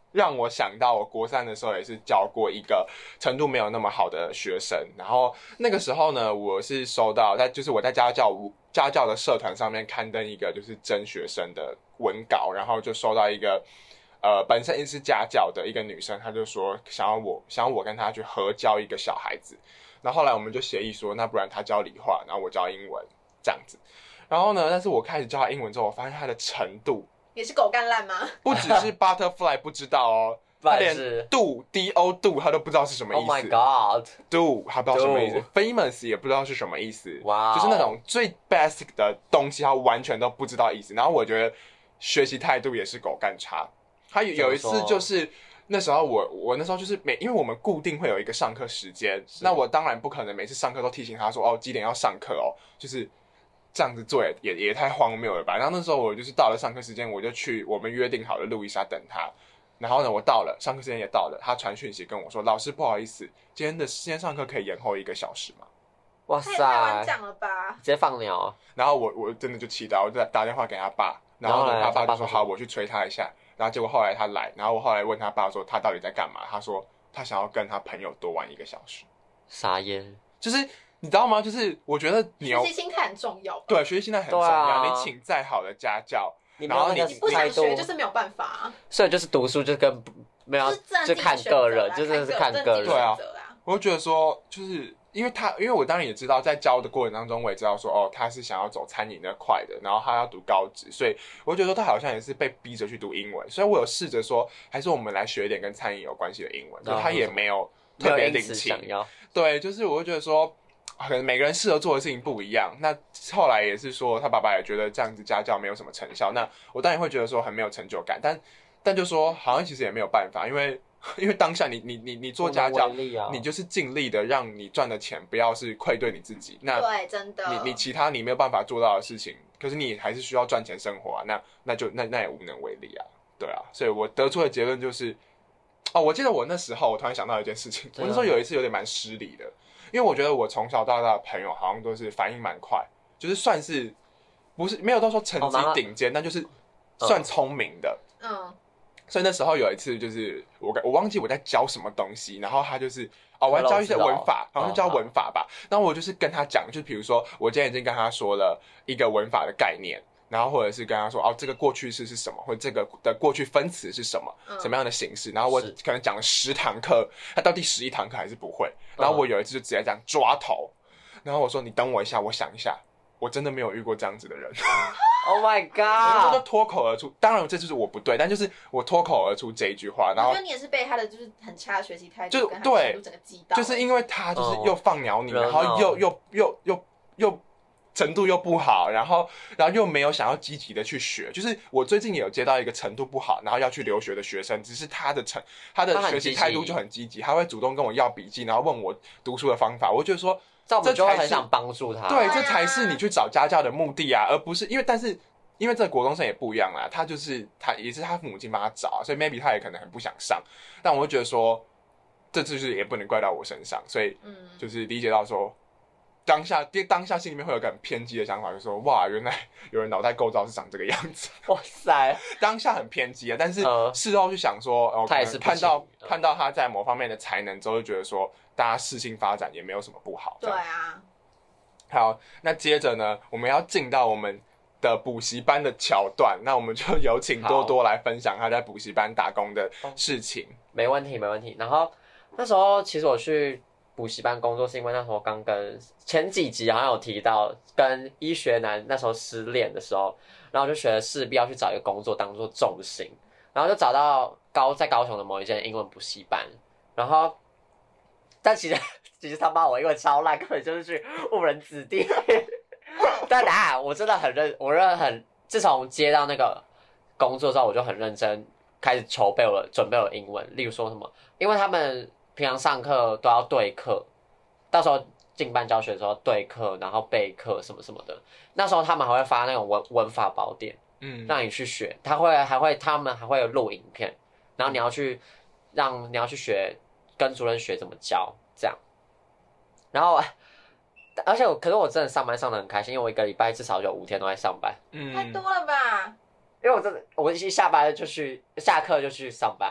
让我想到我国三的时候也是教过一个程度没有那么好的学生，然后那个时候呢，我是收到在就是我在家教家教的社团上面刊登一个就是征学生的文稿，然后就收到一个呃本身是家教的一个女生，她就说想要我想要我跟她去合教一个小孩子，然后后来我们就协议说，那不然她教理化，然后我教英文这样子。然后呢，但是我开始教她英文之后，我发现她的程度也是狗干烂吗？ 不只是 butterfly 不知道哦，他连 do d o do 他都不知道是什么意思。 Oh my god do 他不知道什么意思 famous 也不知道是什么意思。 哇、wow ， 就是那种最 basic 的东西他完全都不知道意思。然后我觉得学习态度也是狗干差。他有一次就是那时候我我那时候就是每因为我们固定会有一个上课时间，那我当然不可能每次上课都提醒他说哦几点要上课哦，就是这样子做也也也太荒谬了吧。然后那时候我就是到了上课时间，我就去我们约定好的路易莎等他。然后呢，我到了，上课时间也到了，他传讯息跟我说：“老师，不好意思，今天的今天上课可以延后一个小时吗？” 哇塞， 太晚讲了吧！ 直接放鸟。 然后我我真的就气到，我就打电话给他爸，然后呢，他爸就说：“好，我去催他一下。”然后结果后来他来，然后我后来问他爸说他到底在干嘛，他说他想要跟他朋友多玩一个小时。 傻眼， 就是你知道吗？就是我觉得你学习心态很重要。 对，学习心态很重要。啊、你请再好的家教，然后你你不想学就是没有办法、啊。 所以就是读书就跟没有，就看个人，就真的是看个人。 对啊，我就觉得说，就是因为他，因为我当然也知道，在教的过程当中，我也知道说，哦，他是想要走餐饮那块的，然后他要读高职，所以我就觉得说他好像也是被逼着去读英文。所以我有试着说，还是我们来学一点跟餐饮有关系的英文，可是他也没有特别领情。对，就是我会觉得说，可能每个人适合做的事情不一样。那后来也是说，他爸爸也觉得这样子家教没有什么成效，那我当然会觉得说很没有成就感，但。但就说好像其实也没有办法，因为因为当下你你你你做家教、啊，你就是尽力的让你赚的钱不要是愧对你自己。那对，真的， 你你其他你没有办法做到的事情，可是你还是需要赚钱生活啊。那那就那那也无能为力啊，对啊。所以我得出的结论就是，哦，我记得我那时候我突然想到一件事情，我那时候有一次有点蛮失礼的，因为我觉得我从小到大的朋友好像都是反应蛮快，就是算是不是没有到说成绩顶尖，但就是算聪明的，嗯。所以那时候有一次，就是我我忘记我在教什么东西，然后他就是哦，我要教一些文法，好像教文法吧。然后我就是跟他讲，就比如说我今天已经跟他说了一个文法的概念，然后或者是跟他说哦，这个过去式是什么，或者这个的过去分词是什么，嗯、什么样的形式。然后我可能讲了十堂课，他到第十一堂课还是不会。然后我有一次就直接这样抓头，然后我说你等我一下，我想一下，我真的没有遇过这样子的人。 Oh my god！ 我就脱口而出，当然这就是我不对，但就是我脱口而出这一句话，然后我觉得你也是被他的就是很差的学习态度， 就跟他的程度整个击到， 就是因为他就是又放鸟你，哦、然后又又又又又程度又不好，然后然后又没有想要积极的去学。就是我最近也有接到一个程度不好，然后要去留学的学生，只是他的成他的学习态度就很积极，他会主动跟我要笔记，然后问我读书的方法。我觉得说。 这我们就会很想帮助他， 对，这才是你去找家教的目的啊，而不是因为，但是因为这个国中生也不一样啦，他就是他也是他父母亲帮他找，所以 maybe 他也可能很不想上，但我会觉得说，这就是也不能怪到我身上，所以就是理解到说，当下当下心里面会有个很偏激的想法，就是说哇，原来有人脑袋构造是长这个样子， 哇塞， 当下很偏激啊，但是事后去想说，哦， 他也是看到看到他在某方面的才能之后，就觉得说。大家适性发展也没有什么不好。 对啊。 好，那接着呢，我们要进到我们的补习班的桥段，那我们就有请多多来分享他在补习班打工的事情。 哦、没问题，没问题。然后那时候其实我去补习班工作，是因为那时候刚跟前几集好像有提到，跟医学男那时候失恋的时候，然后就觉得势必要去找一个工作当做重心，然后就找到高在高雄的某一间英文补习班，然后。但其实，其实他妈我英文超烂，根本就是去误人子弟。但啊，我真的很认，我认很，自从接到那个工作之后，我就很认真开始筹备我准备我的英文。例如说什么，因为他们平常上课都要对课，到时候进班教学的时候对课，然后备课什么什么的。那时候他们还会发那种文文法宝典，嗯，让你去学。他会还会他们还会有录影片，然后你要去让你要去学。跟主任学怎么教，这样，然后，而且我，可是我真的上班上得很开心，因为我一个礼拜至少有五天都在上班， 嗯，太多了吧？ 因为我真的，我一下班就去，下课就去上班啊，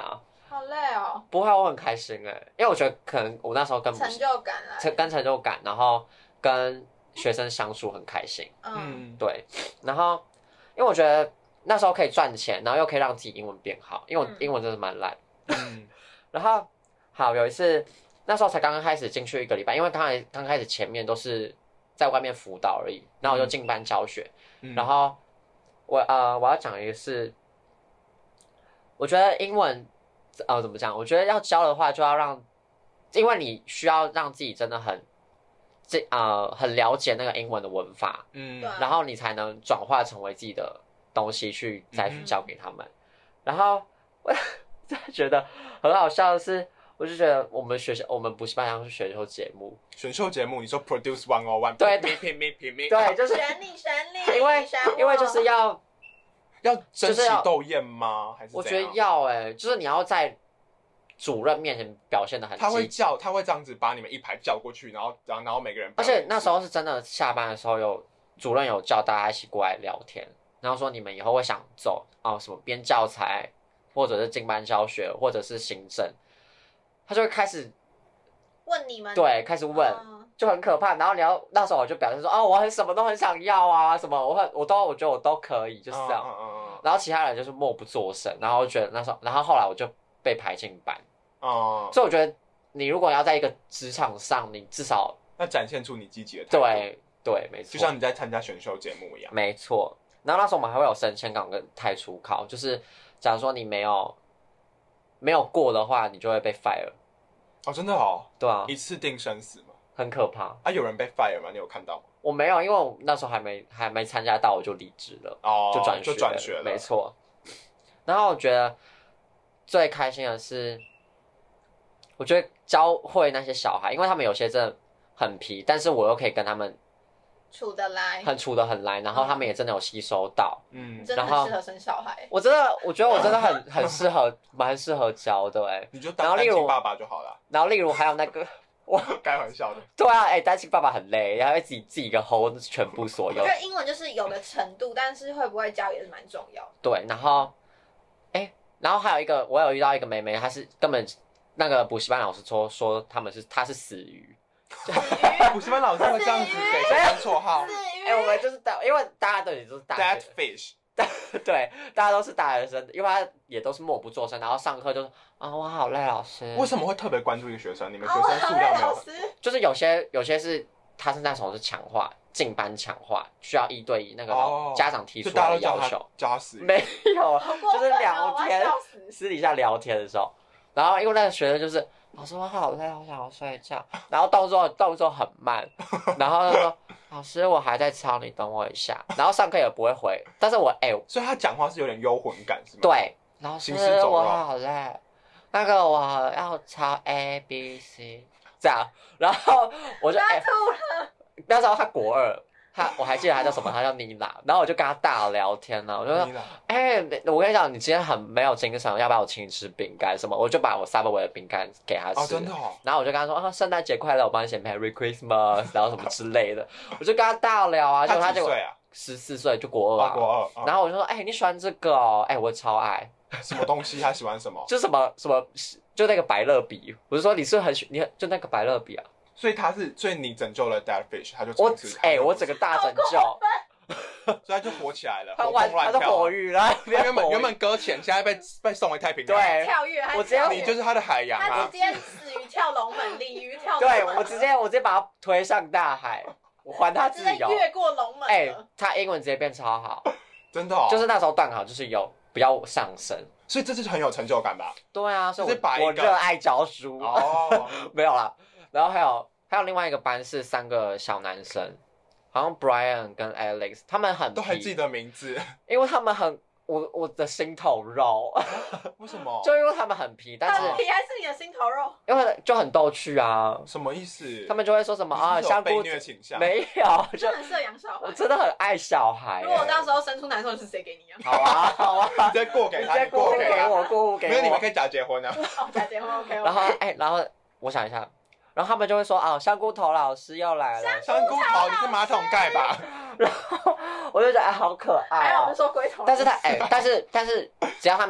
好累哦。 不会，我很开心哎，因为我觉得可能我那时候跟成就感啊， 成跟成就感，然后跟学生相处很开心。 嗯， 对，然后因为我觉得那时候可以赚钱，然后又可以让自己英文变好，因为我英文真的蛮烂。 嗯， 然后好有一次，那时候才刚刚开始进去一个礼拜，因为刚才刚开始前面都是在外面辅导而已，然后我就进班教学。 嗯、 然后我呃我要讲一个是，我觉得英文呃怎么讲？我觉得要教的话，就要让，因为你需要让自己真的很。这呃很了解那个英文的文法， 嗯， 然后你才能转化成为自己的东西去再去教给他们。嗯、然后我真的觉得很好笑的是，我就觉得我们学校我们补习班上是选秀节目， 选秀节目，你说 Produce One O One， 对， 拼拼拼拼拼， 对，就是选你选你， 因为因为就是要要争奇斗艳吗？还是我觉得要哎、欸，就是你要在。主任面前表现的很积极， 他会叫，他会这样子把你们一排叫过去，然后，然后，然后每个人。 而且那时候是真的，下班的时候有主任有叫大家一起过来聊天，然后说你们以后会想走哦什么编教材，或者是进班教学，或者是行政，他就会开始问你们， 对，开始问， 嗯、 就很可怕。然后你要那时候我就表现说哦，我很什么都很想要啊，什么我很我都我觉得我都可以，就是这样。 嗯嗯嗯、 然后其他人就是默不作声，然后我觉得那时候，然后后来我就。被排进班， 哦、嗯， 所以我觉得你如果要在一个职场上，你至少要展现出你积极的态度， 对对，没错， 就像你在参加选秀节目一样， 没错。然后那时候我们还会有升迁考跟太初考，就是假如说你没有没有过的话，你就会被 fire。 哦，真的哦， 对啊， 一次定生死嘛， 很可怕。 啊，有人被 fire 吗？你有看到吗？ 我没有，因为我那时候还没还没参加到，我就离职了， 哦， 就转就转学了， 没错。然后我觉得最开心的是。我觉得教会那些小孩，因为他们有些真的很皮，但是我又可以跟他们处得来， 很处得很来，然后他们也真的有吸收到， 嗯，真的很适合生小孩。 我真的，我觉得我真的很很适合，蛮适合教的哎。 你就当单亲爸爸就好了。 然后例如还有那个，我开玩笑的。 对啊，哎、欸，单亲爸爸很累，然后自己自己一个 hold 全部所有。 我觉得英文就是有个程度，但是会不会教也是蛮重要的。 对，然后，哎、欸，然后还有一个，我有遇到一个妹妹，她是根本。那个补习班老师说说他们是他是死鱼， 补习班老师会这样子给学生绰号。 哎、欸，我们就是大，因为大家都也都是大学 Dead fish， 对，大家都是大学生，因为他也都是默不作声，然后上课就是啊，我好累，老师。 为什么会特别关注一个学生？你们学生数量没有很多， 就是有些有些是他是那种是强化进班强化，需要一对一那个家长提出来的要求， 叫他死鱼。 没有，就是聊天，私底下聊天的时候。然后因为那个学生就是老师我好累，我想要睡觉，然后动作动作很慢，然后他说老师我还在抄，你等我一下，然后上课也不会回，但是我哎、欸， 所以他讲话是有点幽魂感是吗？ 对，老师我好累，那个我要抄 A B C 这样，然后我就哎、欸，那时候他国二。他我还记得他叫什么，他叫妮娜，然后我就跟他大聊天了，我就说，哎、欸，我跟你讲，你今天很没有精神，要不要我请你吃饼干什么？我就把我 Subway 的饼干给他吃， 哦，真的哦。 然后我就跟他说，啊，圣诞节快乐，我帮你写 Merry Christmas， 然后什么之类的，我就跟他大聊啊， 他就他就几岁啊？ 十四岁就国二啊， 哦、国二、哦。 然后我就说，哎、欸，你喜欢这个哦？哎、欸，我超爱。 什么东西？他喜欢什么？ 就什么什么，就那个百乐笔。我就说你是很喜，你就那个百乐笔啊。 所以他是，所以你拯救了 Dead Fish， 他就我哎、欸，我整个大拯救， 所以他就火起来了， 他活蹦乱跳， 他是火域了。 他原本原本搁浅，现在被被送回太平洋， 对， 跳跃， 我直接你就是他的海洋啊， 他直接死鱼跳龙门，鲤鱼跳龙门， 门， 对我直接我直接把他推上大海，我还他自由， 越过龙门， 哎、欸，他英文直接变超好， 真的哦， 就是那时候段考就是有比较上升， 所以这就是很有成就感吧？ 对啊，所以我我热爱教书哦， 没有啦，然后还有。还有另外一个班是三个小男生，好像 Brian 跟 Alex， 他们很皮都还记得名字， 因为他们很我我的心头肉。 为什么？ 就因为他们很皮，但是很皮还是你的心头肉？ 因为就很逗趣啊。 什么意思？ 他们就会说什么啊，香菇被虐倾向没有， 就很适合养小孩。 我真的很爱小孩。 如果我到时候生出男生是谁给你啊？ 好啊，好啊， 你再过给他， 你再过给我，过给我。 没有，你们可以假结婚啊。 哦，假结婚 OK。 然后哎，然后我想一下。然后他们就会说啊，香菇头老师又来了。 香菇头，你是马桶盖吧？ 然后我就觉得哎，好可爱哦。还有我们说龟头。 但是他哎，但是但是只要他们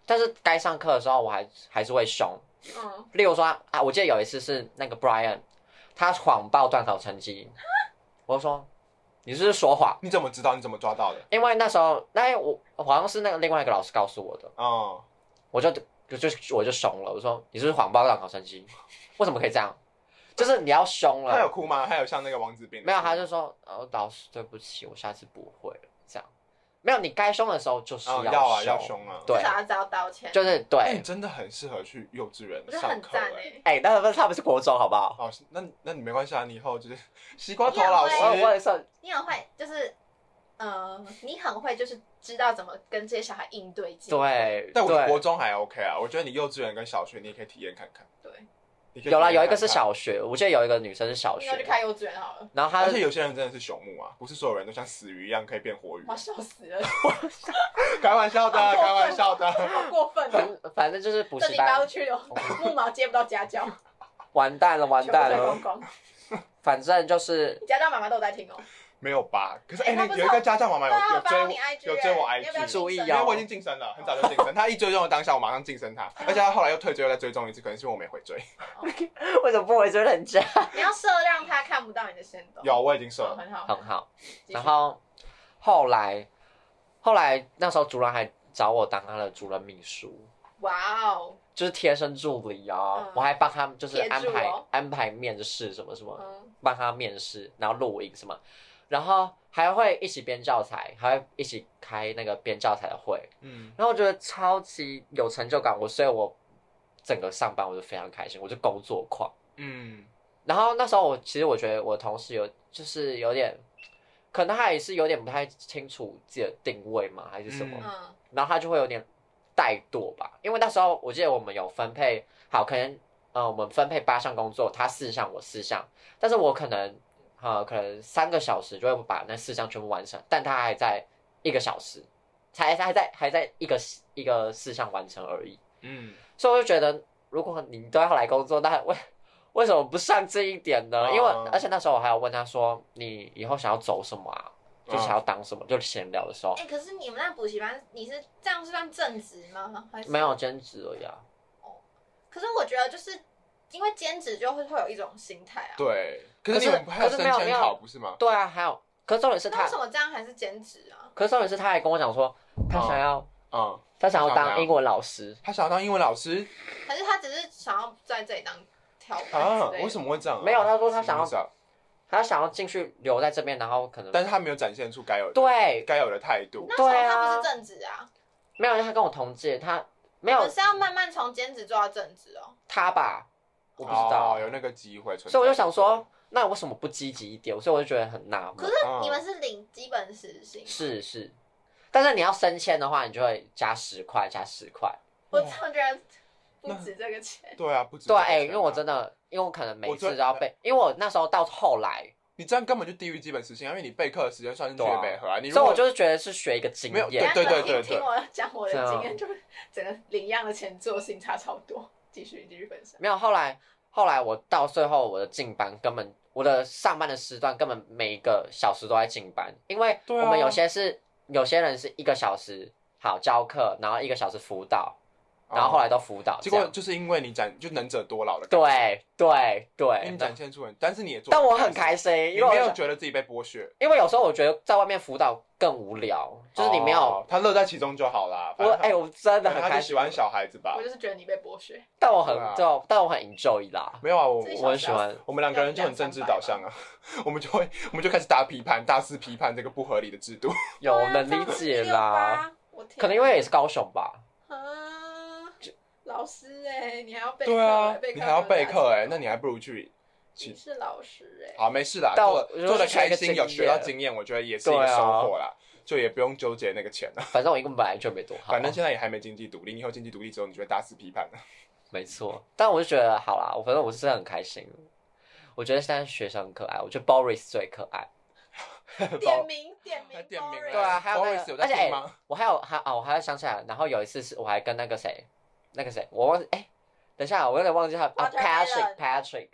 但是该上课的时候我还还是会凶。 嗯， 例如说啊，我记得有一次是那个 Brian， 他谎报段考成绩，我就说你是不是说谎？ 你怎么知道？你怎么抓到的？ 因为那时候那我好像是那个另外一个老师告诉我的， 哦， 我就就就我就凶了，我说你是不是谎报段考成绩？为什么可以这样？就是你要凶了。 他有哭吗？他有像那个王子斌？ 没有，他就说哦，老师对不起，我下次不会了。这样没有，你该凶的时候就是哦、 要要啊， 凶要凶啊。 对， 至少要知道道歉。 就是对。 哎、你真的很适合去幼稚园我觉得上课很赞哎、 哎。 哎，但是他们是国中，好不好？ 哦，那那你没关系啊，你以后就是西瓜头老师。 你很会我我也算你很会，就是呃，你很会，就是知道怎么跟这些小孩应对进退。 对， 但我觉得对国中还 OK 啊，我觉得你幼稚园跟小学你也可以体验看看。 对， 你可以有啦， 体验看看有一个是，小学，我记得有一个女生是小应该去学， 开幼稚园好了。 然后她而且有些人真的是朽木啊，不是所有人都像死鱼一样可以变活鱼。 哇，笑死了， 开玩笑的， 好过分开玩笑的。 好过分哦！ 反反正就是补这礼拜习班都去了，木毛接不到家教， 完蛋了，完蛋了全部退光。光。 反正就是你家教妈妈都有在听哦。 没有吧？可是哎、 哎他不是你有一个家教妈妈有对啊， 有我 follow 追你 I G， 有追我哎你要不要 I G， 注意晋升哦因为我已经晋升了，很早就晋升。他一追踪的当下，我马上晋升他，而且他后来又退追，又再追踪一次，可能是因为我没回追。 为什么不回追人家？ 你要设让他看不到你的行动。 有，我已经设哦， 了。 很好， 很好。 继续然后后来后来那时候主任还找我当他的主任秘书， 哇哦， 就是贴身助理啊， 嗯我还帮他就是贴安排、 住哦安排面试什么什么， 嗯， 帮他面试，然后录影什么，然后还会一起编教材，还会一起开那个编教材的会， 嗯， 然后我觉得超级有成就感，我所以我整个上班我就非常开心，我就工作狂。 嗯， 然后那时候我其实我觉得我的同事有就是有点，可能他也是有点不太清楚自己的定位嘛，还是什么， 嗯嗯， 然后他就会有点怠惰吧，因为那时候我记得我们有分配好，可能呃我们分配八项工作，他四项我四项，但是我可能呃可能三个小时就会把那四项全部完成，但他还在一个小时，才还在还在一个一个四项完成而已， 嗯， 所以我就觉得如果你都要来工作，那为为什么不上进一点呢？ 哦因为而且那时候我还有问他说，你以后想要走什么啊？就想要当什么？就闲聊的时候哎，可是你们那补习班，你是这样是算正职吗？还是没有？兼职而已啊。 可是我觉得就是因为兼职就会会有一种心态啊。。 对。可是可是你们还有可是没有没有升迁考不是吗？ 对啊，还有，可是重点是他那为什，么这样还是兼职啊？ 可是重点是他还跟我讲说，他想要、 嗯， 他想要他想要当英文老师。 他想要当英文老师还是他只是想要在这里当跳板啊？ 之类的为什么会这样啊？ 没有他说他想要什么意思啊他想要进去留在这边，然后可能但是他没有展现出该有的对该有的态度。 那时候对啊他不是正职啊？ 没有，因为他跟我同届，他没有我是要慢慢从兼职做到正职哦。 他吧，我不知道， 哦，有那个机会存在， 所以我就想说，那为什么不积极一点？所以我就觉得很纳闷。 可是你们是领基本时薪， 是是，但是你要升迁的话，你就会加十块，加十块。 我真的觉得不止这个钱。 对啊，不止对， 这个钱啊哎、因为我真的，因为我可能每我真次都要背，因为我那时候到后来， 你这样根本就低于基本时薪，因为你备课的时间算是对啊绝北河啊。你如所以果我就是觉得是学一个经没有验。 对对对对听听我讲我的是啊经验，就是整个领一样的钱做事情差超多。继续继续分享。 没有，后来后来我到最后我的进班根本我的上班的时段根本每一个小时都在进班，因为对啊我们有些是有些人是一个小时好教课，然后一个小时辅导，然后后来都辅导，这样结果就是因为你展就能者多劳的感觉， 对对因为你对， 展现出很，但是你也做， 但我很开心， 你没有因为我觉得自己被剥削， 因为有时候我觉得在外面辅导更无聊，就是你没有、 哦他乐在其中就好啦。 我哎、我真的很开心， 他就喜欢小孩子吧我？就是觉得你被剥削。 但我很对啊就但我很 enjoy 啦， 没有啊，我自己我我很喜欢。 我们两个人就很政治导向啊，我们就会我们就开始大批判、大肆批判这个不合理的制度。 有对啊能理解啦，， 我天啊可能因为也是高雄吧。 啊，老师哎，你还要备课对啊备，课你还要备课哎， 哎， 那你还不如去。 你是老师哎， 好，没事啦， 但做我做的开心， 我觉得是一个有学到经经验，我觉得也是一个收获啦，就也不用纠结那个钱了。 反正我英文本来就没多好， 反正现在也还没经济独立，你以后经济独立之后，你就会大肆批判了。 没错。但我就觉得好啦，我反正我是真的很开心。我觉得现在学生很可爱，我觉得 Boris 最可爱。 点名点名还点名 Boris 对啊，还有那 Boris 有个，而且、欸、 在听吗？ 我还有还啊，我还想起来，然后有一次是我还跟那个谁，那个谁，我忘记哎、等一下，我有点忘记他啊 Watermelon ，Patrick Patrick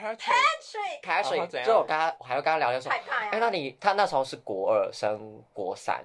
Patrick， Patrick Oh，怎 Patrick， 样就我跟他，我还会跟他聊天说， 害怕呀， 哎、那你他那时候是国二升国三，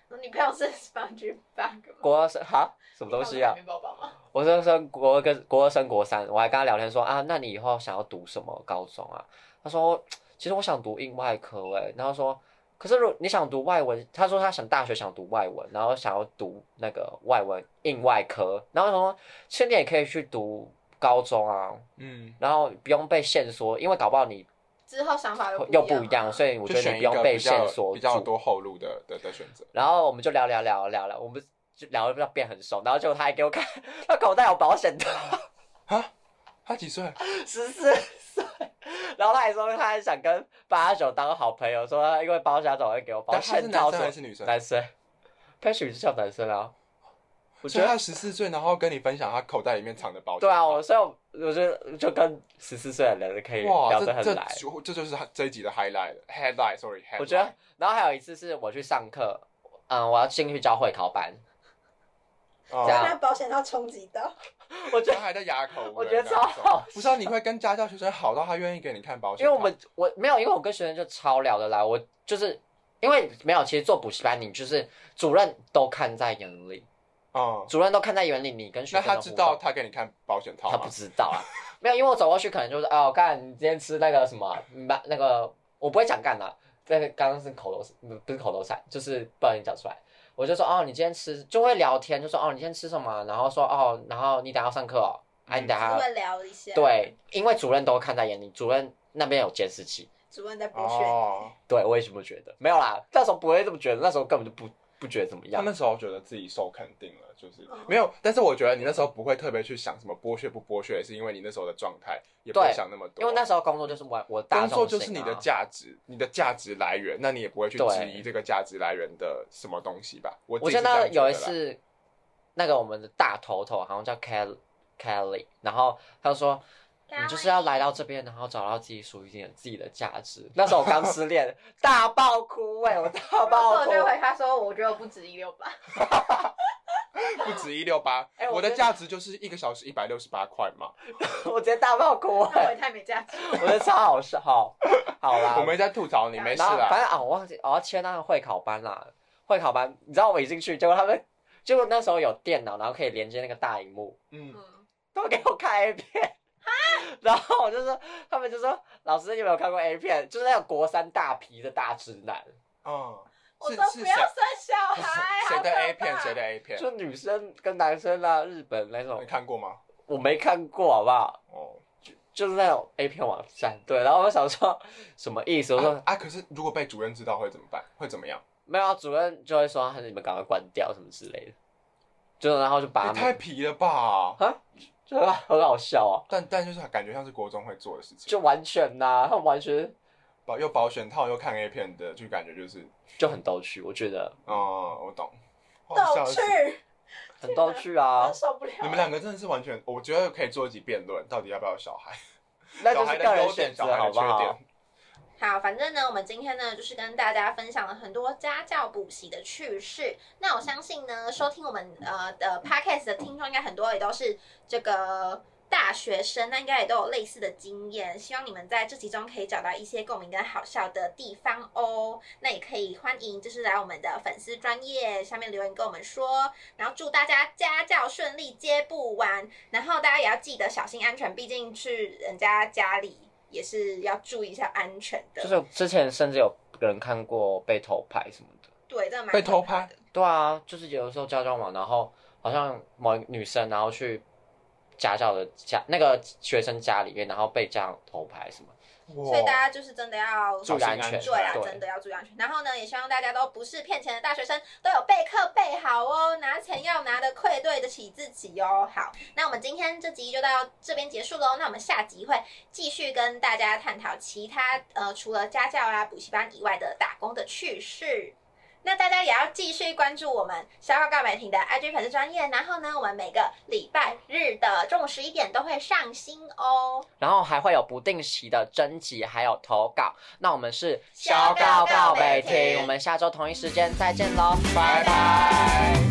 你朋友是 SpongeBob 吗？ 国二生哈什么东西啊？ 面包包吗？ 我是升国二跟国二升国三，我还跟他聊天说啊，那你以后想要读什么高中啊？他说其实我想读应外科诶、欸，然后说可是如果你想读外文，他说他想大学想读外文，然后想要读那个外文应外科，然后说其实你也可以去读高中啊，嗯，然后不用被限缩，因为搞不好你之后想法又又不一样，所以我觉得你不用被限缩， 比较多后路的的的选择。 然后我们就聊聊聊聊聊，我们就聊到变很熟，然后结果他还给我看，他口袋有保险套。 啊？他几岁？ 十四岁。然后他还说他还想跟八九当好朋友，说他因为包厢总会给我保险套。 他是男生还是女生？ 男生。Patch 是叫男生啊。 我觉得他十四岁，然后跟你分享他口袋里面藏的保险套。 对啊，我所以我我觉得就跟十四岁的人可以聊得很来。 这这就是这一集的 highlight，headline，sorry。 我觉得，然后还有一次是我去上课，嗯，我要进去教会考班。 这样他保险套冲击到， 我觉得还在哑口无言。 我觉得超好， 不知道你会跟家教学生好到他愿意给你看保险套？ 因为我们我没有，因为我跟学生就超聊得来，我就是因为没有，其实做补习班，你就是主任都看在眼里，嗯，主任都看在眼里，你跟学生的互动。 那他知道他给你看保险套吗？ 他不知道啊，没有，因为我走过去可能就是哦，看你今天吃那个什么，那个我不会讲干的，这个刚刚是口头，不是口头禅，就是不然你讲出来。我就说哦，你今天吃就会聊天，就说哦，你今天吃什么？然后说哦，然后你等下要上课哦，哎、啊，你等下会聊一下。 对，因为主任都看在眼里，主任那边有监视器。 主任在剥削你。 哦， 对，我也这么觉得。没有啦，那时候不会这么觉得，那时候根本就不不觉得怎么样。 他那时候觉得自己受肯定了，就是、哦、没有。但是我觉得你那时候不会特别去想什么剥削不剥削，也是因为你那时候的状态也不会想那么多。 因为那时候工作就是我我大众性、啊、 工作就是你的价值，你的价值来源，那你也不会去质疑这个价值来源的什么东西吧？我我记得有一次，那个我们的大头头好像叫 Kelly Kelly， 然后他就说。你就是要来到这边，然后找到自己属于你自己的价值。那时候我刚失恋，大爆哭哎、欸，我大爆哭。 我就回他说，我觉得我不止一六八， 不止一六八。我的价值就是一个小时一百六十八块嘛。 我直接大爆哭、欸， 那我也太没价值。 我觉得超好笑，好，好啦。 我没在吐槽你，没事啦。 反正啊，我忘记我要签那个会考班啦。会考班，你知道我一进去，结果他们，结果那时候有电脑，然后可以连接那个大荧幕，嗯，都给我看 A 片。然后我就说，他们就说，老师你有没有看过 A 片？就是那种国三大皮的大直男。 嗯， 我说不要生小孩。 谁的 A 片？谁的 A 片？ 就女生跟男生啊，日本那种。 你看过吗？ 我没看过，好不好？哦，就就是那种 A 片网站。对，然后我想说，什么意思？我说啊, 啊，可是如果被主任知道会怎么办？会怎么样？ 没有，主任就会说，你们赶快关掉什么之类的。就然后就把他们。 太皮了吧？ 啊？就很好笑啊， 但但就是感觉像是国中会做的事情， 就完全呐、啊，他们完全保又保险套又看 A 片的，就感觉就是就很逗趣，我觉得。 哦、嗯，我懂， 逗趣， 很逗趣啊， 受不了。 你们两个真的是完全，我觉得可以做一集辩论，到底要不要有小孩？ 那就是个人选择，好不好？ 好，反正呢，我们今天呢，就是跟大家分享了很多家教补习的趣事。那我相信呢，收听我们呃的 podcast 的听众，应该很多也都是这个大学生，那应该也都有类似的经验。希望你们在这集中可以找到一些共鸣跟好笑的地方哦。那也可以欢迎就是来我们的粉丝专页下面留言跟我们说。然后祝大家家教顺利，接不完。然后大家也要记得小心安全，毕竟去人家家里。也是要注意一下安全的。 就是之前甚至有人看过被偷拍什么的。 对，这蛮被偷拍。 对啊，就是有的时候家教网，然后好像某女生，然后去家教的家那个学生家里面，然后被这样偷拍什么。 所以大家就是真的要注意安全， 对啊，真的要注意安全。然后呢，也希望大家都不是骗钱的大学生，都有备课备好哦，拿钱要拿得愧对得起自己哦。好，那我们今天这集就到这边结束喽。那我们下集会继续跟大家探讨其他呃除了家教啊、补习班以外的打工的趣事。那大家也要继续关注我们小告告美婷的 I G 粉丝专页，然后呢，我们每个礼拜日的中午十一点都会上新哦。 然后还会有不定期的征集，还有投稿。那我们是小告告美婷，我们下周同一时间再见喽，拜拜。